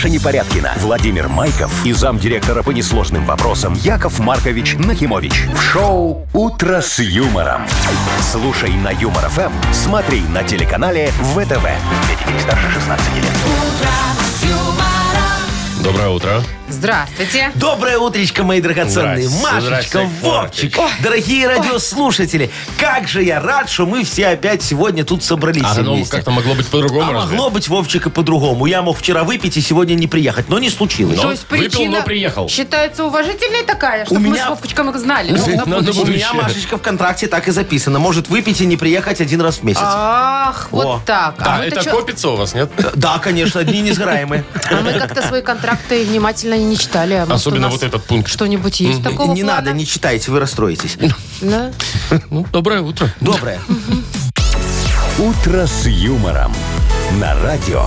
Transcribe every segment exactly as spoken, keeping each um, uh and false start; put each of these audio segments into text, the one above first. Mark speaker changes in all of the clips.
Speaker 1: Маша Непорядкина, Владимир Майков и замдиректора по несложным вопросам Яков Маркович Нахимович. В шоу «Утро с юмором». Слушай на Юмор ФМ, смотри на телеканале ВТВ. Для детей старше шестнадцати лет.
Speaker 2: Доброе утро.
Speaker 3: Здравствуйте.
Speaker 4: Доброе утречко, мои драгоценные.
Speaker 2: Здрасте.
Speaker 4: Машечка,
Speaker 2: Здрасте,
Speaker 4: Вовчик,
Speaker 3: Ой.
Speaker 4: дорогие радиослушатели. Как же я рад, что мы все опять сегодня тут собрались
Speaker 2: А
Speaker 4: все
Speaker 2: ну,
Speaker 4: вместе.
Speaker 2: как-то могло быть по-другому,
Speaker 4: А
Speaker 2: разве?
Speaker 4: могло быть, Вовчик, и по-другому. Я мог вчера выпить и сегодня не приехать, но не случилось.
Speaker 2: Но
Speaker 3: То есть
Speaker 2: выпил,
Speaker 3: причина
Speaker 2: но приехал.
Speaker 3: считается уважительной такая, чтобы
Speaker 4: меня-
Speaker 3: мы с Вовкочком знали.
Speaker 2: Ну,
Speaker 3: что на
Speaker 2: на
Speaker 3: будущее.
Speaker 4: У
Speaker 2: будущее.
Speaker 4: меня, Машечка, в контракте так и записано. Может выпить и не приехать один раз в месяц.
Speaker 3: Ах, вот
Speaker 4: О.
Speaker 3: так.
Speaker 2: А
Speaker 3: мы-то
Speaker 2: это
Speaker 3: чё-
Speaker 2: копится у вас, нет?
Speaker 4: Да, конечно, дни несгораемые.
Speaker 3: а мы как-то свои контракты внимательно не читали. А может,
Speaker 2: Особенно
Speaker 3: у нас
Speaker 2: вот этот пункт.
Speaker 3: Что-нибудь есть такого
Speaker 4: Не
Speaker 3: плана?
Speaker 4: надо, не читайте, вы расстроитесь.
Speaker 3: Да?
Speaker 2: Ну, доброе утро.
Speaker 4: Доброе.
Speaker 1: «Утро с юмором» на радио.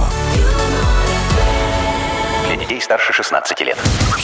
Speaker 1: Для детей старше шестнадцати лет.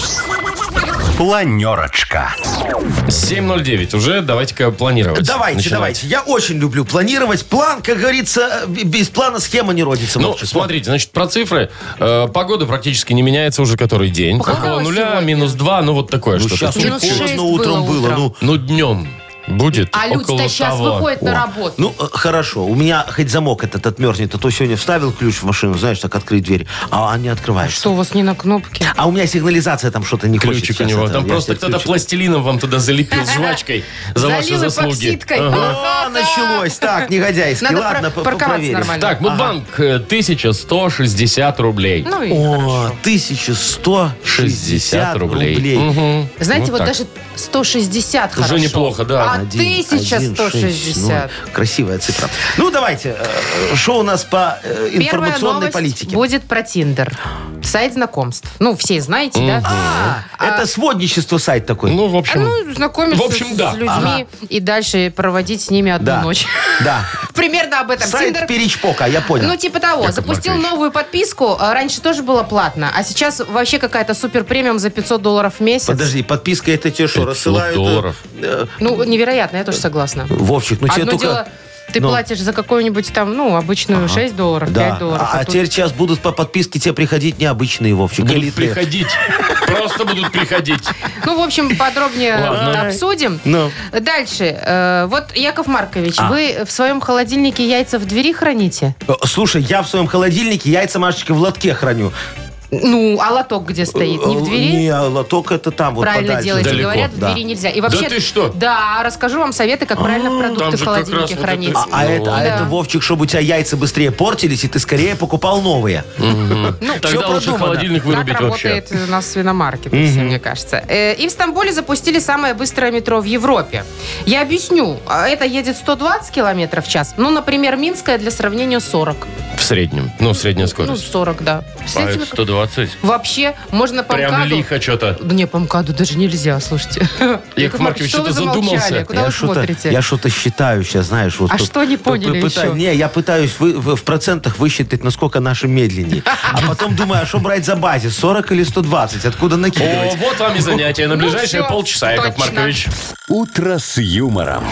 Speaker 1: Планерочка.
Speaker 2: семь ноль девять уже, давайте-ка планировать.
Speaker 4: Давайте,
Speaker 2: Начинать.
Speaker 4: давайте. Я очень люблю планировать. План, как говорится, без плана схема не родится.
Speaker 2: Ну,
Speaker 4: Вовчик.
Speaker 2: смотрите, значит, про цифры. Э, погода практически не меняется уже который день.
Speaker 3: Похолодало
Speaker 2: Около нуля,
Speaker 3: сегодня.
Speaker 2: минус два, ну вот такое
Speaker 4: Ну,
Speaker 2: что-то.
Speaker 4: сейчас
Speaker 3: Минус
Speaker 4: холодно
Speaker 3: шесть
Speaker 4: утром
Speaker 3: было
Speaker 4: было.
Speaker 3: утром.
Speaker 4: Ну,
Speaker 2: Ну, днем будет
Speaker 3: А
Speaker 2: около
Speaker 3: люди-то сейчас
Speaker 2: того.
Speaker 3: выходят на работу.
Speaker 4: ну, э, хорошо. У меня хоть замок этот отмерзнет, а то сегодня вставил ключ в машину, знаешь, так открыть дверь, а он не открывается.
Speaker 3: Что у вас не на кнопке?
Speaker 4: А у меня сигнализация там что-то не хочет.
Speaker 2: Ключик у
Speaker 4: сейчас
Speaker 2: него.
Speaker 4: это,
Speaker 2: Там
Speaker 4: я
Speaker 2: просто
Speaker 4: себе
Speaker 2: кто-то
Speaker 4: ключик-
Speaker 2: пластилином вам туда залепил с жвачкой за ваши
Speaker 3: Залил
Speaker 2: заслуги.
Speaker 3: эпоксидкой.
Speaker 2: Ага.
Speaker 4: О, началось. Так, негодяйский.
Speaker 3: Надо
Speaker 4: Ладно,
Speaker 3: про-
Speaker 4: по-
Speaker 3: парковаться
Speaker 4: проверим.
Speaker 3: нормально.
Speaker 2: Так, Мудбанк э, тысяча сто шестьдесят рублей.
Speaker 3: Ну и
Speaker 4: О,
Speaker 3: хорошо.
Speaker 4: тысяча сто шестьдесят рублей.
Speaker 2: Мгм.
Speaker 3: Знаете,
Speaker 2: Вот
Speaker 3: вот
Speaker 2: так.
Speaker 3: даже сто шестьдесят
Speaker 2: Уже
Speaker 3: хорошо.
Speaker 2: неплохо, да.
Speaker 3: А
Speaker 4: Один,
Speaker 3: тысяча
Speaker 4: один,
Speaker 3: сто
Speaker 4: шесть,
Speaker 3: шестьдесят.
Speaker 4: ну, красивая цифра. Ну, давайте. э, Что у нас по э,
Speaker 3: Первая
Speaker 4: информационной
Speaker 3: новость
Speaker 4: политике?
Speaker 3: будет про Тиндер. Сайт знакомств. Ну, все знаете, да?
Speaker 4: А, это сводничество сайт такой.
Speaker 2: Ну, в общем,
Speaker 3: Ну, знакомиться
Speaker 2: в общем,
Speaker 3: с,
Speaker 2: да.
Speaker 3: с людьми и дальше проводить с ними одну
Speaker 4: да.
Speaker 3: ночь.
Speaker 4: Да.
Speaker 3: Примерно об этом.
Speaker 4: Сайт
Speaker 3: Тиндер.
Speaker 4: Перечпока, я понял.
Speaker 3: Ну, типа того.
Speaker 2: Яков
Speaker 3: Запустил
Speaker 2: Маркович.
Speaker 3: новую подписку. А Раньше тоже было платно, а сейчас вообще какая-то супер премиум за пятьсот долларов в месяц.
Speaker 4: Подожди, подписка это тебе что,
Speaker 2: пятьсот
Speaker 4: рассылают?
Speaker 2: долларов.
Speaker 4: э,
Speaker 3: Ну, невероятно, я тоже согласна.
Speaker 4: Вовчик, ну тебе
Speaker 3: Одно
Speaker 4: только...
Speaker 3: дело, ты
Speaker 4: Ну.
Speaker 3: платишь за какую-нибудь там, ну, обычную шесть долларов,
Speaker 4: Да.
Speaker 3: пять долларов.
Speaker 4: А, а
Speaker 3: тут-
Speaker 4: теперь сейчас будут по подписке тебе приходить необычные, Вовчик.
Speaker 2: будут
Speaker 4: элитные.
Speaker 2: приходить. Просто будут приходить.
Speaker 3: Ну, в общем, подробнее
Speaker 2: Ладно.
Speaker 3: э, обсудим.
Speaker 4: Ну.
Speaker 3: Дальше. Э, Вот, Яков Маркович,
Speaker 4: А.
Speaker 3: вы в своем холодильнике яйца в двери храните?
Speaker 4: Э, Слушай, я в своем холодильнике яйца, Машечка, в лотке храню.
Speaker 3: Ну, а лоток где стоит? Не в двери?
Speaker 4: Не, лоток это там, вот
Speaker 3: Правильно
Speaker 4: подальше.
Speaker 3: делаете.
Speaker 2: Далеко,
Speaker 3: Говорят, в
Speaker 4: да.
Speaker 3: двери нельзя. И вообще,
Speaker 2: Да ты что?
Speaker 3: Да, расскажу вам советы, как правильно
Speaker 2: Там
Speaker 3: продукты
Speaker 2: же
Speaker 3: в
Speaker 2: как раз
Speaker 3: холодильнике
Speaker 2: вот
Speaker 3: хранить.
Speaker 2: это-
Speaker 4: А, а
Speaker 2: Ну,
Speaker 4: это, а
Speaker 3: да.
Speaker 4: это, Вовчик, чтобы у тебя яйца быстрее портились, и ты скорее покупал новые.
Speaker 3: Ну,
Speaker 2: Тогда
Speaker 4: всё
Speaker 2: лучше
Speaker 4: продумано.
Speaker 2: холодильник
Speaker 3: Так
Speaker 2: вырубить вообще.
Speaker 3: работает у нас свиномаркет, все, мне кажется. Э, И в Стамбуле запустили самое быстрое метро в Европе. Я объясню. А Это едет сто двадцать километров в час. Ну, например, Минская для сравнения сорок.
Speaker 2: В среднем. Ну, средняя
Speaker 3: Ну,
Speaker 2: скорость.
Speaker 3: сорок, да.
Speaker 2: А
Speaker 3: Представляете,
Speaker 2: это
Speaker 3: как-
Speaker 2: сто двадцать.
Speaker 3: Вообще, можно по
Speaker 2: Прям
Speaker 3: МКАДу...
Speaker 2: лихо что-то.
Speaker 3: Да не, по МКАДу даже нельзя, слушайте. Яков
Speaker 2: Маркович,
Speaker 3: что вы
Speaker 2: что-то
Speaker 3: замолчали?
Speaker 2: задумался.
Speaker 3: Куда
Speaker 4: я
Speaker 3: вы
Speaker 4: что-то,
Speaker 3: смотрите?
Speaker 4: я что-то считаю сейчас, знаешь. Вот
Speaker 3: А
Speaker 4: тут-
Speaker 3: что не
Speaker 4: тут
Speaker 3: поняли
Speaker 4: пыта-
Speaker 3: еще?
Speaker 4: Не, я пытаюсь вы- в, в процентах высчитать, насколько наши медленнее. А потом думаю, а что брать за базис, сорок или сто двадцать? Откуда
Speaker 2: О,
Speaker 4: накидывать?
Speaker 2: вот вам и занятие на
Speaker 3: Ну,
Speaker 2: ближайшие
Speaker 3: всё,
Speaker 2: полчаса, Яков
Speaker 3: точно.
Speaker 2: Маркович.
Speaker 1: «Утро с юмором».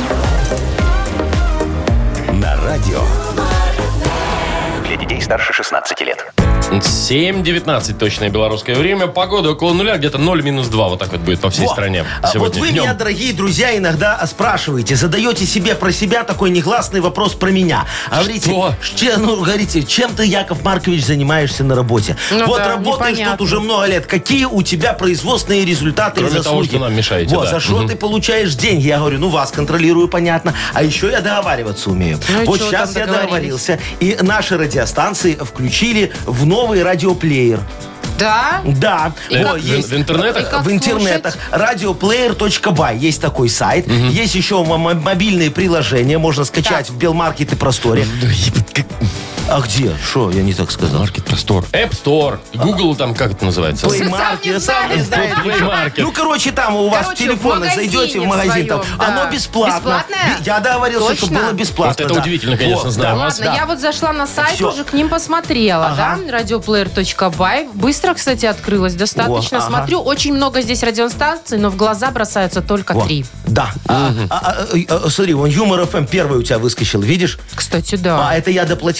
Speaker 1: На радио. Для детей старше шестнадцати лет.
Speaker 2: семь девятнадцать точное белорусское время. Погода около нуля, где-то ноль минус два. Вот так вот будет по всей
Speaker 4: Во.
Speaker 2: стране
Speaker 4: А
Speaker 2: сегодня
Speaker 4: вот вы
Speaker 2: днем.
Speaker 4: меня, дорогие друзья, иногда спрашиваете, задаете себе про себя такой негласный вопрос про меня. А говорите,
Speaker 2: Что?
Speaker 4: че- ну, говорите, чем ты, Яков Маркович, занимаешься на работе?
Speaker 3: Ну
Speaker 4: вот
Speaker 3: да,
Speaker 4: работаешь
Speaker 3: непонятно.
Speaker 4: тут уже много лет. Какие у тебя производственные результаты и
Speaker 2: Кроме того,
Speaker 4: заслуги?
Speaker 2: что нам мешаете,
Speaker 4: Вот,
Speaker 2: да.
Speaker 4: за что
Speaker 2: Мгм.
Speaker 4: ты получаешь деньги? Я говорю, ну вас контролирую, понятно. А еще я договариваться умею.
Speaker 3: Ну и
Speaker 4: вот
Speaker 3: чё
Speaker 4: сейчас
Speaker 3: там
Speaker 4: я
Speaker 3: договорились?
Speaker 4: договорился. И наши радиостанции включили в новый радиоплеер.
Speaker 3: Да?
Speaker 4: Да.
Speaker 2: И
Speaker 4: Во,
Speaker 2: как, в-
Speaker 4: есть.
Speaker 2: в интернетах?
Speaker 3: И как
Speaker 4: В интернетах. радиоплеер точка бай. Есть такой сайт. Есть еще м- м- мобильные приложения. Можно скачать
Speaker 3: Так.
Speaker 4: в Белмаркет и Просторе. А где? Что? Я не так сказал.
Speaker 2: Маркет Простор. App Store. Google там, как это называется?
Speaker 4: Play
Speaker 3: Сам
Speaker 4: Market,
Speaker 3: не
Speaker 4: сам не
Speaker 3: знаю.
Speaker 4: знает.
Speaker 2: Play Market.
Speaker 4: Ну, короче, там у вас
Speaker 3: Короче,
Speaker 4: в телефонах
Speaker 3: в магазине
Speaker 4: зайдете в магазин, там,
Speaker 3: своем, да.
Speaker 4: оно бесплатно.
Speaker 3: Бесплатное?
Speaker 4: Я договорился,
Speaker 3: Точно?
Speaker 4: чтобы было бесплатно.
Speaker 2: Вот это
Speaker 4: да.
Speaker 2: удивительно, конечно,
Speaker 4: Вот,
Speaker 2: знаю
Speaker 4: да.
Speaker 2: вас.
Speaker 3: Ладно, я вот зашла на сайт,
Speaker 4: Всё.
Speaker 3: уже к ним посмотрела,
Speaker 4: Ага.
Speaker 3: да, радиоплеер точка бай. Быстро, кстати, открылось, достаточно.
Speaker 4: О, ага.
Speaker 3: Смотрю, очень много здесь радиостанций, но в глаза бросаются только
Speaker 4: Вот.
Speaker 3: три.
Speaker 4: Да. А, а, а, а, смотри, вон Юмор ФМ первый у тебя выскочил, видишь?
Speaker 3: Кстати, да.
Speaker 4: А это я доплатил, чтобы у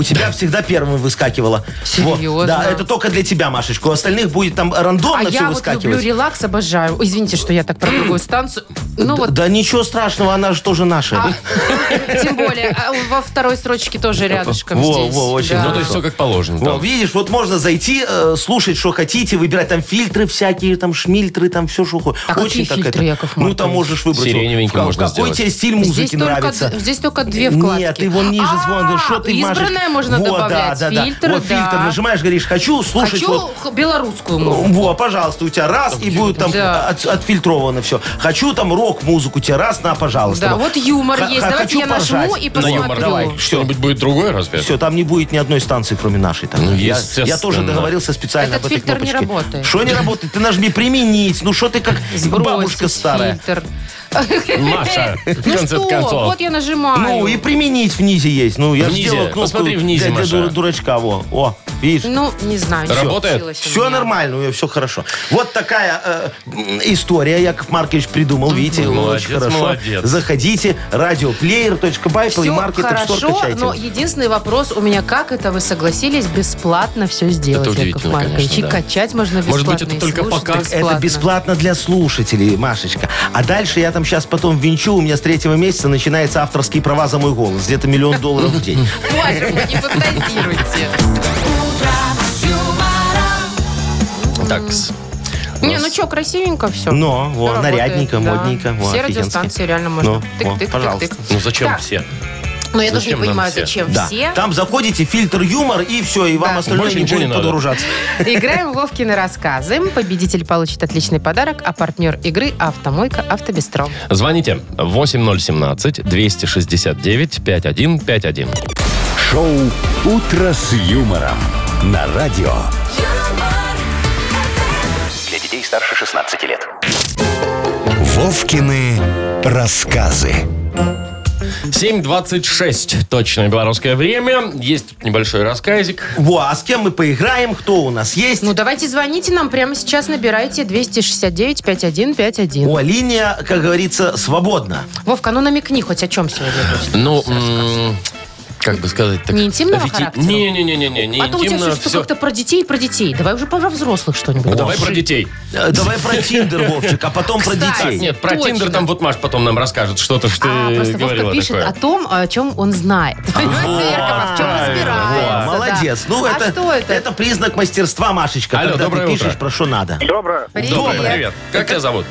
Speaker 4: тебя всегда первым выскакивало.
Speaker 3: Серьезно?
Speaker 4: Вот. Да, это только для тебя, Машечка. У остальных будет там рандомно
Speaker 3: А
Speaker 4: все
Speaker 3: я вот
Speaker 4: выскакивать.
Speaker 3: люблю релакс, обожаю. Ой, извините, что я так про другую станцию. Ну вот,
Speaker 4: Да ничего страшного, она же тоже наша.
Speaker 3: а, тем более, а во второй строчке тоже рядышком
Speaker 4: Во,
Speaker 3: здесь.
Speaker 4: во, очень
Speaker 3: Да.
Speaker 2: Ну, то есть все как положено.
Speaker 4: Во,
Speaker 2: там.
Speaker 4: видишь, вот можно зайти, э, слушать, что хотите, выбирать там фильтры всякие, там шмильтры, там все, что хочешь.
Speaker 3: А какие фильтры, Яков
Speaker 4: Ну, там
Speaker 3: Маркович?
Speaker 4: можешь выбрать.
Speaker 2: Сиреневенький
Speaker 4: в- в
Speaker 2: можно
Speaker 4: Какой
Speaker 2: сделать.
Speaker 4: тебе стиль
Speaker 3: Здесь
Speaker 4: музыки
Speaker 3: только,
Speaker 4: нравится?
Speaker 3: д- здесь только две вкладки.
Speaker 4: Нет, ты вон ниже
Speaker 3: А,
Speaker 4: звон, что ты, Машечка?
Speaker 3: избранное можно
Speaker 4: Вот,
Speaker 3: добавлять.
Speaker 4: Да, да,
Speaker 3: Фильтр,
Speaker 4: да. Вот
Speaker 3: да.
Speaker 4: фильтр нажимаешь, говоришь, хочу слушать
Speaker 3: Хочу
Speaker 4: вот.
Speaker 3: х- белорусскую музыку.
Speaker 4: Во, пожалуйста, у тебя раз, и будет там
Speaker 3: Да.
Speaker 4: от- отфильтровано все. Хочу там рок-музыку, тебе раз, на, пожалуйста.
Speaker 3: Да, вот юмор
Speaker 4: Х-
Speaker 3: есть.
Speaker 4: х-
Speaker 3: Давайте
Speaker 4: хочу
Speaker 3: я нажму
Speaker 4: поржать.
Speaker 3: и
Speaker 2: На
Speaker 3: посмотрю.
Speaker 2: юмор
Speaker 4: давай.
Speaker 2: что-нибудь будет другое, разве?
Speaker 4: Все, там не будет ни одной станции, кроме нашей. Тогда.
Speaker 2: Ну,
Speaker 4: я,
Speaker 2: естественно.
Speaker 4: я тоже договорился специально
Speaker 3: Этот
Speaker 4: об этой
Speaker 3: фильтр не
Speaker 4: кнопочке.
Speaker 3: работает.
Speaker 4: Что не работает? Ты нажми применить. Ну что ты как
Speaker 3: Сбросить
Speaker 4: бабушка старая.
Speaker 3: фильтр.
Speaker 2: Маша, в
Speaker 3: Ну
Speaker 2: конце
Speaker 3: что,
Speaker 2: концов.
Speaker 3: вот я нажимаю.
Speaker 4: Ну и применить в низе есть. Ну я
Speaker 2: Внизе.
Speaker 4: сделал кнопку
Speaker 2: Посмотри внизе,
Speaker 4: для, для
Speaker 2: Маша.
Speaker 4: дура- дурачка. Во. О, видишь?
Speaker 3: Ну, не знаю.
Speaker 2: Всё. Работает?
Speaker 3: получилось у
Speaker 4: Все
Speaker 3: меня.
Speaker 4: нормально, у нее все хорошо. Вот такая э, м, история Яков Маркович придумал. Видите,
Speaker 2: Молодец,
Speaker 4: очень хорошо.
Speaker 2: молодец.
Speaker 4: Заходите, радиоплеер точка бай,
Speaker 3: Все
Speaker 4: плеймаркет,
Speaker 3: хорошо,
Speaker 4: App Store, качайте.
Speaker 3: но единственный вопрос у меня, как это вы согласились бесплатно все сделать,
Speaker 2: Это
Speaker 3: Яков
Speaker 2: удивительно,
Speaker 3: Маркович?
Speaker 2: конечно,
Speaker 3: и
Speaker 2: да.
Speaker 3: качать можно бесплатно.
Speaker 2: Может быть, это
Speaker 3: и
Speaker 2: только
Speaker 3: слушать
Speaker 2: пока.
Speaker 3: бесплатно.
Speaker 4: Это бесплатно для слушателей, Машечка. А дальше я там сейчас потом венчу, у меня с третьего месяца начинается авторские права за мой голос. Где-то миллион долларов в день.
Speaker 3: Боже мой, не фантазируйте.
Speaker 2: Так,
Speaker 3: Не, ну что, красивенько все.
Speaker 4: Но, во, нарядненько, модненько. Во,
Speaker 3: Все
Speaker 4: офигенски.
Speaker 3: радиостанции реально можно.
Speaker 4: Ну, во,
Speaker 3: Тык-тык-тык-тык.
Speaker 4: пожалуйста.
Speaker 2: ну зачем
Speaker 3: Так.
Speaker 2: все?
Speaker 3: Но я тоже не
Speaker 2: Зачем нам
Speaker 3: понимаю,
Speaker 2: все?
Speaker 3: зачем
Speaker 4: Да.
Speaker 3: все.
Speaker 4: Там заходите, фильтр юмор, и все, и вам
Speaker 3: Да.
Speaker 4: остальное
Speaker 2: Больше
Speaker 4: не
Speaker 2: ничего
Speaker 4: будет
Speaker 2: не надо.
Speaker 4: подоружаться.
Speaker 3: Играем в Вовкины рассказы. Победитель получит отличный подарок, а партнер игры «Автомойка Автобестро».
Speaker 2: Звоните восемь ноль семнадцать двести шестьдесят девять пятьдесят один пятьдесят один.
Speaker 1: Шоу «Утро с юмором» на радио. Для детей старше шестнадцати лет. Вовкины рассказы.
Speaker 2: семь двадцать шесть. Точное белорусское время. Есть тут небольшой рассказик.
Speaker 4: Во, а с кем мы поиграем? Кто у нас есть?
Speaker 3: Ну, давайте звоните нам прямо сейчас, набирайте двести шестьдесят девять пятьдесят один пятьдесят один.
Speaker 4: О, линия, как говорится, свободна.
Speaker 3: Вовка, ну намекни хоть о чем сегодня будет.
Speaker 2: Ну, м, как бы сказать так.
Speaker 3: Не интимного
Speaker 2: офиci-
Speaker 3: характера?
Speaker 2: Не-не-не-не, не
Speaker 3: А то у тебя
Speaker 2: интимно.
Speaker 3: все
Speaker 2: всё.
Speaker 3: как-то про детей и про детей. Давай уже про взрослых что-нибудь.
Speaker 2: Давай про детей.
Speaker 4: Э, Давай про Тиндер, Вовчик, а потом про
Speaker 3: Кстати,
Speaker 4: детей.
Speaker 2: Нет, про
Speaker 3: Точно.
Speaker 2: Тиндер там вот Маш потом нам расскажет что-то, что
Speaker 3: А,
Speaker 2: ты
Speaker 3: просто
Speaker 2: говорила
Speaker 3: Вовка пишет
Speaker 2: такое.
Speaker 3: о том, о чем он знает. Понимаете, Яков, в чем разбирается.
Speaker 4: Во, молодец.
Speaker 3: да.
Speaker 4: Ну,
Speaker 3: А
Speaker 4: это,
Speaker 3: что это?
Speaker 4: признак мастерства, Машечка,
Speaker 2: Алло,
Speaker 4: когда
Speaker 2: доброе
Speaker 4: ты пишешь
Speaker 2: утро.
Speaker 4: про что надо.
Speaker 5: Доброе.
Speaker 3: Привет.
Speaker 2: Добрый, привет. Как тебя зовут?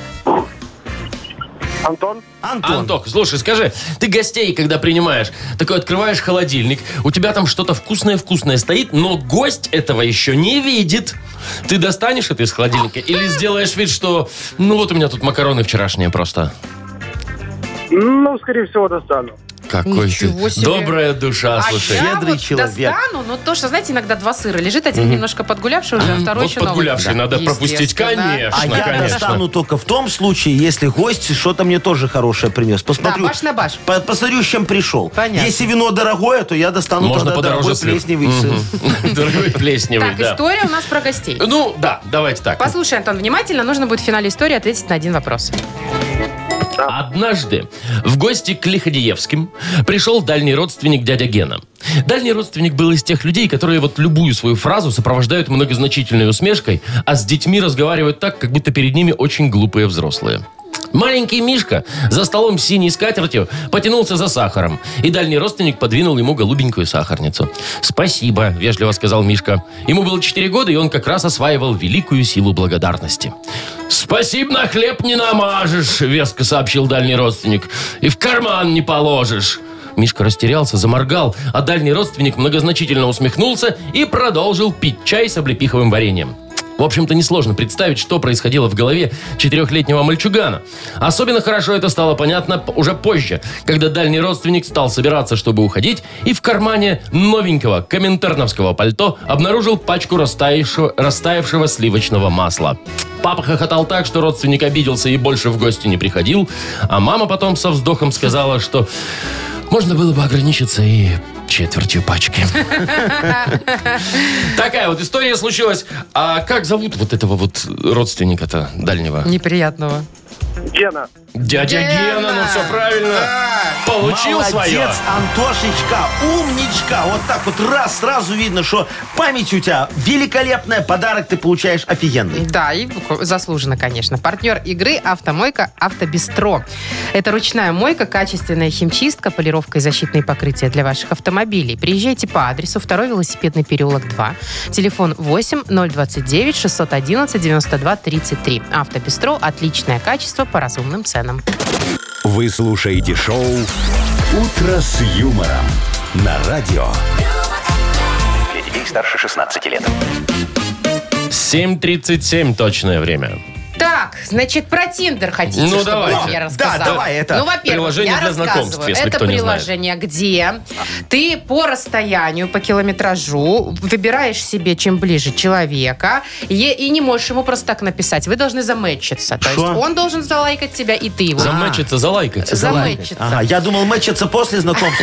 Speaker 5: Антон?
Speaker 4: Антон.
Speaker 2: Антох, слушай, скажи, ты гостей, когда принимаешь, такой открываешь холодильник, у тебя там что-то вкусное-вкусное стоит, но гость этого еще не видит. Ты достанешь это из холодильника или сделаешь вид, что, ну вот у меня тут макароны вчерашние просто?
Speaker 5: Ну, скорее всего, достану.
Speaker 2: Какой
Speaker 3: Ничего
Speaker 2: ты
Speaker 3: себе.
Speaker 2: добрая душа,
Speaker 3: А
Speaker 2: слушай.
Speaker 3: я
Speaker 4: Щедрый
Speaker 3: вот
Speaker 4: человек.
Speaker 3: достану, но то, что, знаете, иногда два сыра лежит, один немножко подгулявший уже, а второй
Speaker 2: Вот
Speaker 3: еще новый.
Speaker 2: подгулявший
Speaker 3: Да,
Speaker 2: надо пропустить,
Speaker 3: естественно.
Speaker 2: конечно.
Speaker 4: А я
Speaker 2: конечно.
Speaker 4: достану только в том случае, если гость что-то мне тоже хорошее принес. Посмотрю,
Speaker 3: Да, баш на баш.
Speaker 4: по- посмотрю, с чем пришел.
Speaker 3: Понятно.
Speaker 4: Если вино дорогое, то я достану
Speaker 2: Можно
Speaker 4: тогда
Speaker 2: подороже
Speaker 4: дорогой
Speaker 2: слив.
Speaker 4: плесневый сыр.
Speaker 2: Мгм. Дорогой плесневый,
Speaker 3: Так,
Speaker 2: да.
Speaker 3: история у нас про гостей.
Speaker 2: Ну, да, давайте так.
Speaker 3: Послушай, Антон, внимательно. Нужно будет в финале истории ответить на один вопрос.
Speaker 2: Однажды в гости к Лиходеевским пришел дальний родственник дядя Гена. Дальний родственник был из тех людей, которые вот любую свою фразу сопровождают многозначительной усмешкой, а с детьми разговаривают так, как будто перед ними очень глупые взрослые. Маленький Мишка за столом с синей скатертью потянулся за сахаром, и дальний родственник подвинул ему голубенькую сахарницу. «Спасибо», — вежливо сказал Мишка. Ему было четыре года, и он как раз осваивал великую силу благодарности. «Спасибо, на хлеб не намажешь», — веско сообщил дальний родственник. «И в карман не положишь». Мишка растерялся, заморгал, а дальний родственник многозначительно усмехнулся и продолжил пить чай с облепиховым вареньем. В общем-то, несложно представить, что происходило в голове четырехлетнего мальчугана. Особенно хорошо это стало понятно п- уже позже, когда дальний родственник стал собираться, чтобы уходить, и в кармане новенького коминтерновского пальто обнаружил пачку растаявшего, растаявшего сливочного масла. Папа хохотал так, что родственник обиделся и больше в гости не приходил, а мама потом со вздохом сказала, что можно было бы ограничиться и четвертью пачки. Такая вот история случилась. А как зовут вот этого вот родственника-то дальнего?
Speaker 3: Неприятного.
Speaker 5: Гена.
Speaker 2: Дядя Гена, ну все правильно. Получил
Speaker 4: Молодец,
Speaker 2: свое.
Speaker 4: Антошечка, умничка. Вот так вот раз, сразу видно, что память у тебя великолепная, подарок ты получаешь офигенный.
Speaker 3: Да, и заслуженно, конечно. Партнер игры «Автомойка Автобестро». Это ручная мойка, качественная химчистка, полировка и защитные покрытия для ваших автомобилей. Приезжайте по адресу второй велосипедный переулок два. Телефон восемь ноль двадцать девять шестьсот одиннадцать девяносто два тридцать три. «Автобестро» – отличное качество по разумным ценам.
Speaker 1: Вы слушаете шоу «Утро с юмором» на радио. Для детей старше шестнадцати лет.
Speaker 2: семь тридцать семь точное время.
Speaker 3: Так, значит, про Тиндер хотите,
Speaker 2: Ну,
Speaker 3: чтобы
Speaker 2: давайте.
Speaker 3: я рассказала?
Speaker 4: Да, давай, это
Speaker 3: Ну, во-первых,
Speaker 2: приложение
Speaker 3: я
Speaker 2: для знакомств,
Speaker 3: рассказываю.
Speaker 2: если
Speaker 3: Это
Speaker 2: кто не
Speaker 3: приложение, где ты по расстоянию, по километражу выбираешь себе, чем ближе человека, и, и не можешь ему просто так написать. Вы должны замэтчиться. То
Speaker 4: Шо?
Speaker 3: есть он должен залайкать тебя, и ты его.
Speaker 2: Замэчиться, залайкать.
Speaker 3: Замэтчиться.
Speaker 4: Ага, я думал, мэчиться после знакомства.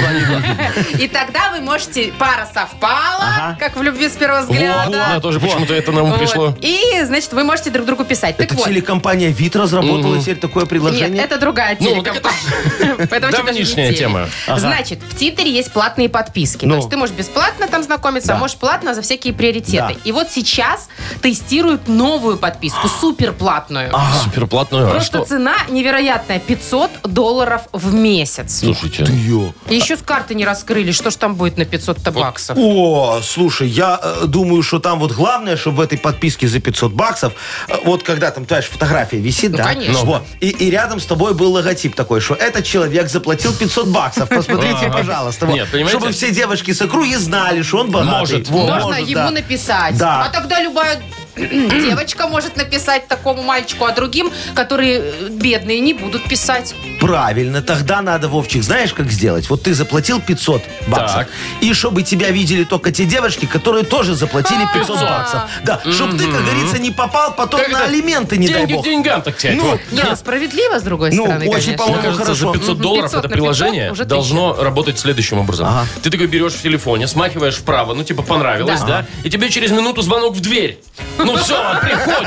Speaker 3: И тогда вы можете, пара совпала,
Speaker 4: Ага.
Speaker 3: как в любви с первого
Speaker 2: Вот,
Speaker 3: взгляда.
Speaker 2: да, тоже почему-то это нам
Speaker 3: Вот.
Speaker 2: пришло.
Speaker 3: И, значит, вы можете друг другу писать. Так
Speaker 4: Это
Speaker 3: вот.
Speaker 4: телекомпания «Вид» разработала теперь такое предложение.
Speaker 3: Нет, это другая
Speaker 2: Ну,
Speaker 3: телекомпания. Это очень даже не
Speaker 2: давнишняя
Speaker 3: телек.
Speaker 2: тема.
Speaker 3: Значит, в Тиндере есть платные подписки.
Speaker 4: Ну.
Speaker 3: То есть ты можешь бесплатно там знакомиться,
Speaker 4: Да.
Speaker 3: а можешь платно за всякие приоритеты.
Speaker 4: Да.
Speaker 3: И вот сейчас тестируют новую подписку, суперплатную.
Speaker 2: Суперплатную. А
Speaker 3: Просто
Speaker 2: что?
Speaker 3: цена невероятная, пятьсот долларов в месяц.
Speaker 2: Слушайте.
Speaker 4: Ё.
Speaker 3: И еще с карты не раскрыли, что ж там будет на пятьсот баксов.
Speaker 4: О, слушай, я э, думаю, что там вот главное, чтобы в этой подписке за пятьсот баксов, э, вот когда там твоя ж фотография висит,
Speaker 3: Ну,
Speaker 4: да?
Speaker 3: конечно.
Speaker 4: Вот, и, и рядом с тобой был логотип такой, что этот человек заплатил пятьсот баксов. Посмотрите, пожалуйста. Вот.
Speaker 2: Нет, понимаете?
Speaker 4: Чтобы все девушки с округи знали, что он богатый.
Speaker 2: Может.
Speaker 4: Во,
Speaker 3: Можно
Speaker 4: может,
Speaker 3: ему
Speaker 4: да.
Speaker 3: написать.
Speaker 4: Да.
Speaker 3: А тогда любая девочка может написать такому мальчику, а другим, которые э, бедные, не будут писать.
Speaker 4: Правильно, тогда надо, Вовчик, знаешь, как сделать? Вот ты заплатил пятьсот баксов,
Speaker 2: Так.
Speaker 4: и чтобы тебя видели только те девушки, которые тоже заплатили пятьсот
Speaker 3: А.
Speaker 4: баксов. Да, чтобы ты, как говорится, не попал потом
Speaker 2: Как
Speaker 4: на
Speaker 2: это?
Speaker 4: алименты, не дай
Speaker 2: Деньги
Speaker 4: бог.
Speaker 2: к деньгам, так сказать.
Speaker 4: Ну,
Speaker 2: Вот.
Speaker 3: Не, ну справедливо, с другой
Speaker 4: Ну,
Speaker 3: стороны,
Speaker 4: очень,
Speaker 3: конечно.
Speaker 2: Мне
Speaker 4: по-моему,
Speaker 2: кажется, за
Speaker 4: хорошо.
Speaker 2: пятьсот долларов
Speaker 3: пятьсот
Speaker 2: это
Speaker 3: на пятьсот
Speaker 2: приложение
Speaker 3: уже
Speaker 2: должно работать следующим образом.
Speaker 4: Ага.
Speaker 2: Ты такой берешь в телефоне, смахиваешь вправо, ну типа понравилось, да? И тебе через минуту звонок в дверь. Ну все, он приходит.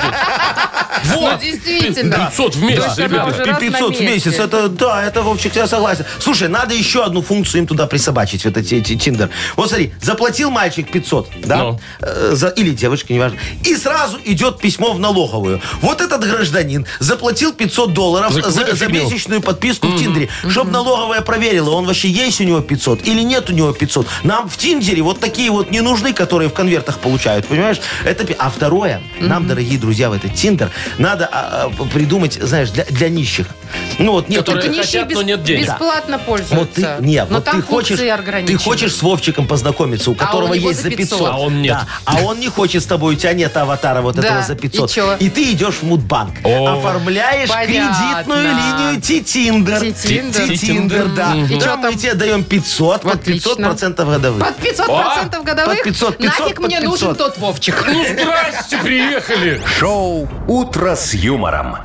Speaker 2: Вот.
Speaker 3: Ну, действительно.
Speaker 2: пятьсот в месяц,
Speaker 3: Да,
Speaker 2: ребята.
Speaker 3: уже раз на
Speaker 4: пятьсот в
Speaker 3: месте.
Speaker 4: месяц, это, да, это, Вовчик, я согласен. Слушай, надо еще одну функцию им туда присобачить, в этот ти- Тиндер. Вот смотри, заплатил мальчик пятьсот, да?
Speaker 2: Ну.
Speaker 4: Э, за, или девочка, неважно. И сразу идет письмо в налоговую. Вот этот гражданин заплатил пятьсот долларов
Speaker 2: За
Speaker 4: за,
Speaker 2: какую-то
Speaker 4: за
Speaker 2: фигню.
Speaker 4: месячную подписку в Тиндере, чтобы налоговая проверила, он вообще есть у него пятьсот или нет у него пятьсот. Нам в Тиндере вот такие вот не нужны, которые в конвертах получают, понимаешь? Это, пи- а второе, нам, дорогие друзья, в этот Тиндер надо а, а, придумать, знаешь, для, для нищих. Ну вот нет
Speaker 2: Которые
Speaker 3: Так нищие
Speaker 2: хотят, но нет денег.
Speaker 3: бесплатно
Speaker 4: вот ты,
Speaker 3: пользуются.
Speaker 4: нет,
Speaker 3: Но
Speaker 4: вот
Speaker 3: там
Speaker 4: ты хочешь,
Speaker 3: функции
Speaker 4: ты
Speaker 3: ограничены.
Speaker 4: хочешь с Вовчиком познакомиться, у которого
Speaker 3: у него
Speaker 4: есть
Speaker 3: за
Speaker 4: за
Speaker 3: пятьсот.
Speaker 4: пятьсот.
Speaker 2: А он нет.
Speaker 4: Да, а он не хочет с тобой, у тебя нет аватара вот
Speaker 3: Да,
Speaker 4: этого за пятьсот.
Speaker 3: и чё?
Speaker 4: И ты идешь в Мудбанк,
Speaker 2: О.
Speaker 4: оформляешь
Speaker 3: Понятно.
Speaker 4: кредитную линию Ти-Тиндер.
Speaker 3: Ти-Тиндер.
Speaker 4: Ти-Тиндер, да.
Speaker 3: Мгм. И чё
Speaker 4: Там мы
Speaker 3: там?
Speaker 4: тебе даем пятьсот, под
Speaker 3: Отлично.
Speaker 4: пятьсот процентов годовых.
Speaker 3: Под пятьсот процентов годовых?
Speaker 4: Под пятьсот, пятьсот,
Speaker 3: Нафиг
Speaker 4: под
Speaker 3: мне
Speaker 4: пятьсот.
Speaker 3: нужен тот Вовчик.
Speaker 2: Ну, здрасте, приехали.
Speaker 1: Шоу «Утро с юмором».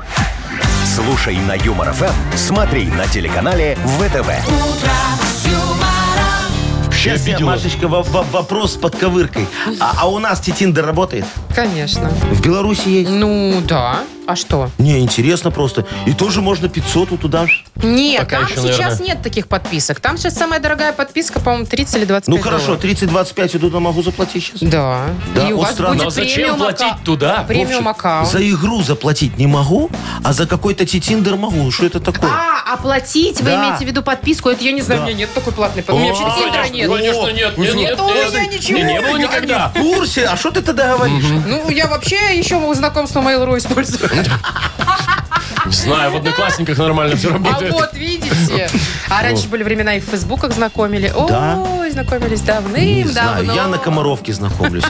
Speaker 1: Слушай на Юмор ФМ, смотри на телеканале ВТВ.
Speaker 4: Сейчас я,
Speaker 2: видела.
Speaker 4: Машечка, во- во- вопрос с подковыркой. А, а у нас Ти-Тиндер работает?
Speaker 3: Конечно.
Speaker 4: В Беларуси есть?
Speaker 3: Ну, да. А что?
Speaker 4: Не, интересно просто. И тоже можно пятьсот вот туда.
Speaker 3: Нет,
Speaker 2: Пока
Speaker 3: там
Speaker 2: еще,
Speaker 3: сейчас
Speaker 2: наверное.
Speaker 3: нет таких подписок. Там сейчас самая дорогая подписка, по-моему, тридцать или двадцать пять
Speaker 4: Ну хорошо,
Speaker 3: долларов.
Speaker 4: тридцать двадцать пять я туда могу заплатить сейчас.
Speaker 3: Да.
Speaker 4: Да,
Speaker 3: И у
Speaker 4: вот
Speaker 3: вас
Speaker 4: странно.
Speaker 3: будет
Speaker 2: Но зачем
Speaker 3: премиум
Speaker 2: платить
Speaker 3: аккаунт.
Speaker 2: туда?
Speaker 3: Премиум
Speaker 4: Вовчик,
Speaker 3: аккаунт.
Speaker 4: За игру заплатить не могу, а за какой-то Ти-Тиндер могу. Что это такое?
Speaker 3: А, оплатить, вы
Speaker 4: Да.
Speaker 3: имеете в виду подписку? Это я не знаю,
Speaker 4: Да.
Speaker 3: у меня нет такой платной подписки. У меня вообще Тиндера нет.
Speaker 2: Конечно, нет. Нет, нет,
Speaker 3: у меня
Speaker 2: нет.
Speaker 3: ничего
Speaker 2: Не, не было
Speaker 3: нет.
Speaker 2: никогда.
Speaker 4: В курсе? А что ты тогда говоришь?
Speaker 3: Ну, я вообще еще знакомство Mail.ru использую.
Speaker 2: Знаю, в Одноклассниках нормально все
Speaker 3: А
Speaker 2: работает.
Speaker 3: вот, видите. А раньше были времена, и в Фейсбуках знакомили.
Speaker 4: Да?
Speaker 3: Ой, знакомились
Speaker 4: Не
Speaker 3: давным-давно.
Speaker 4: знаю, я на Комаровке знакомлюсь.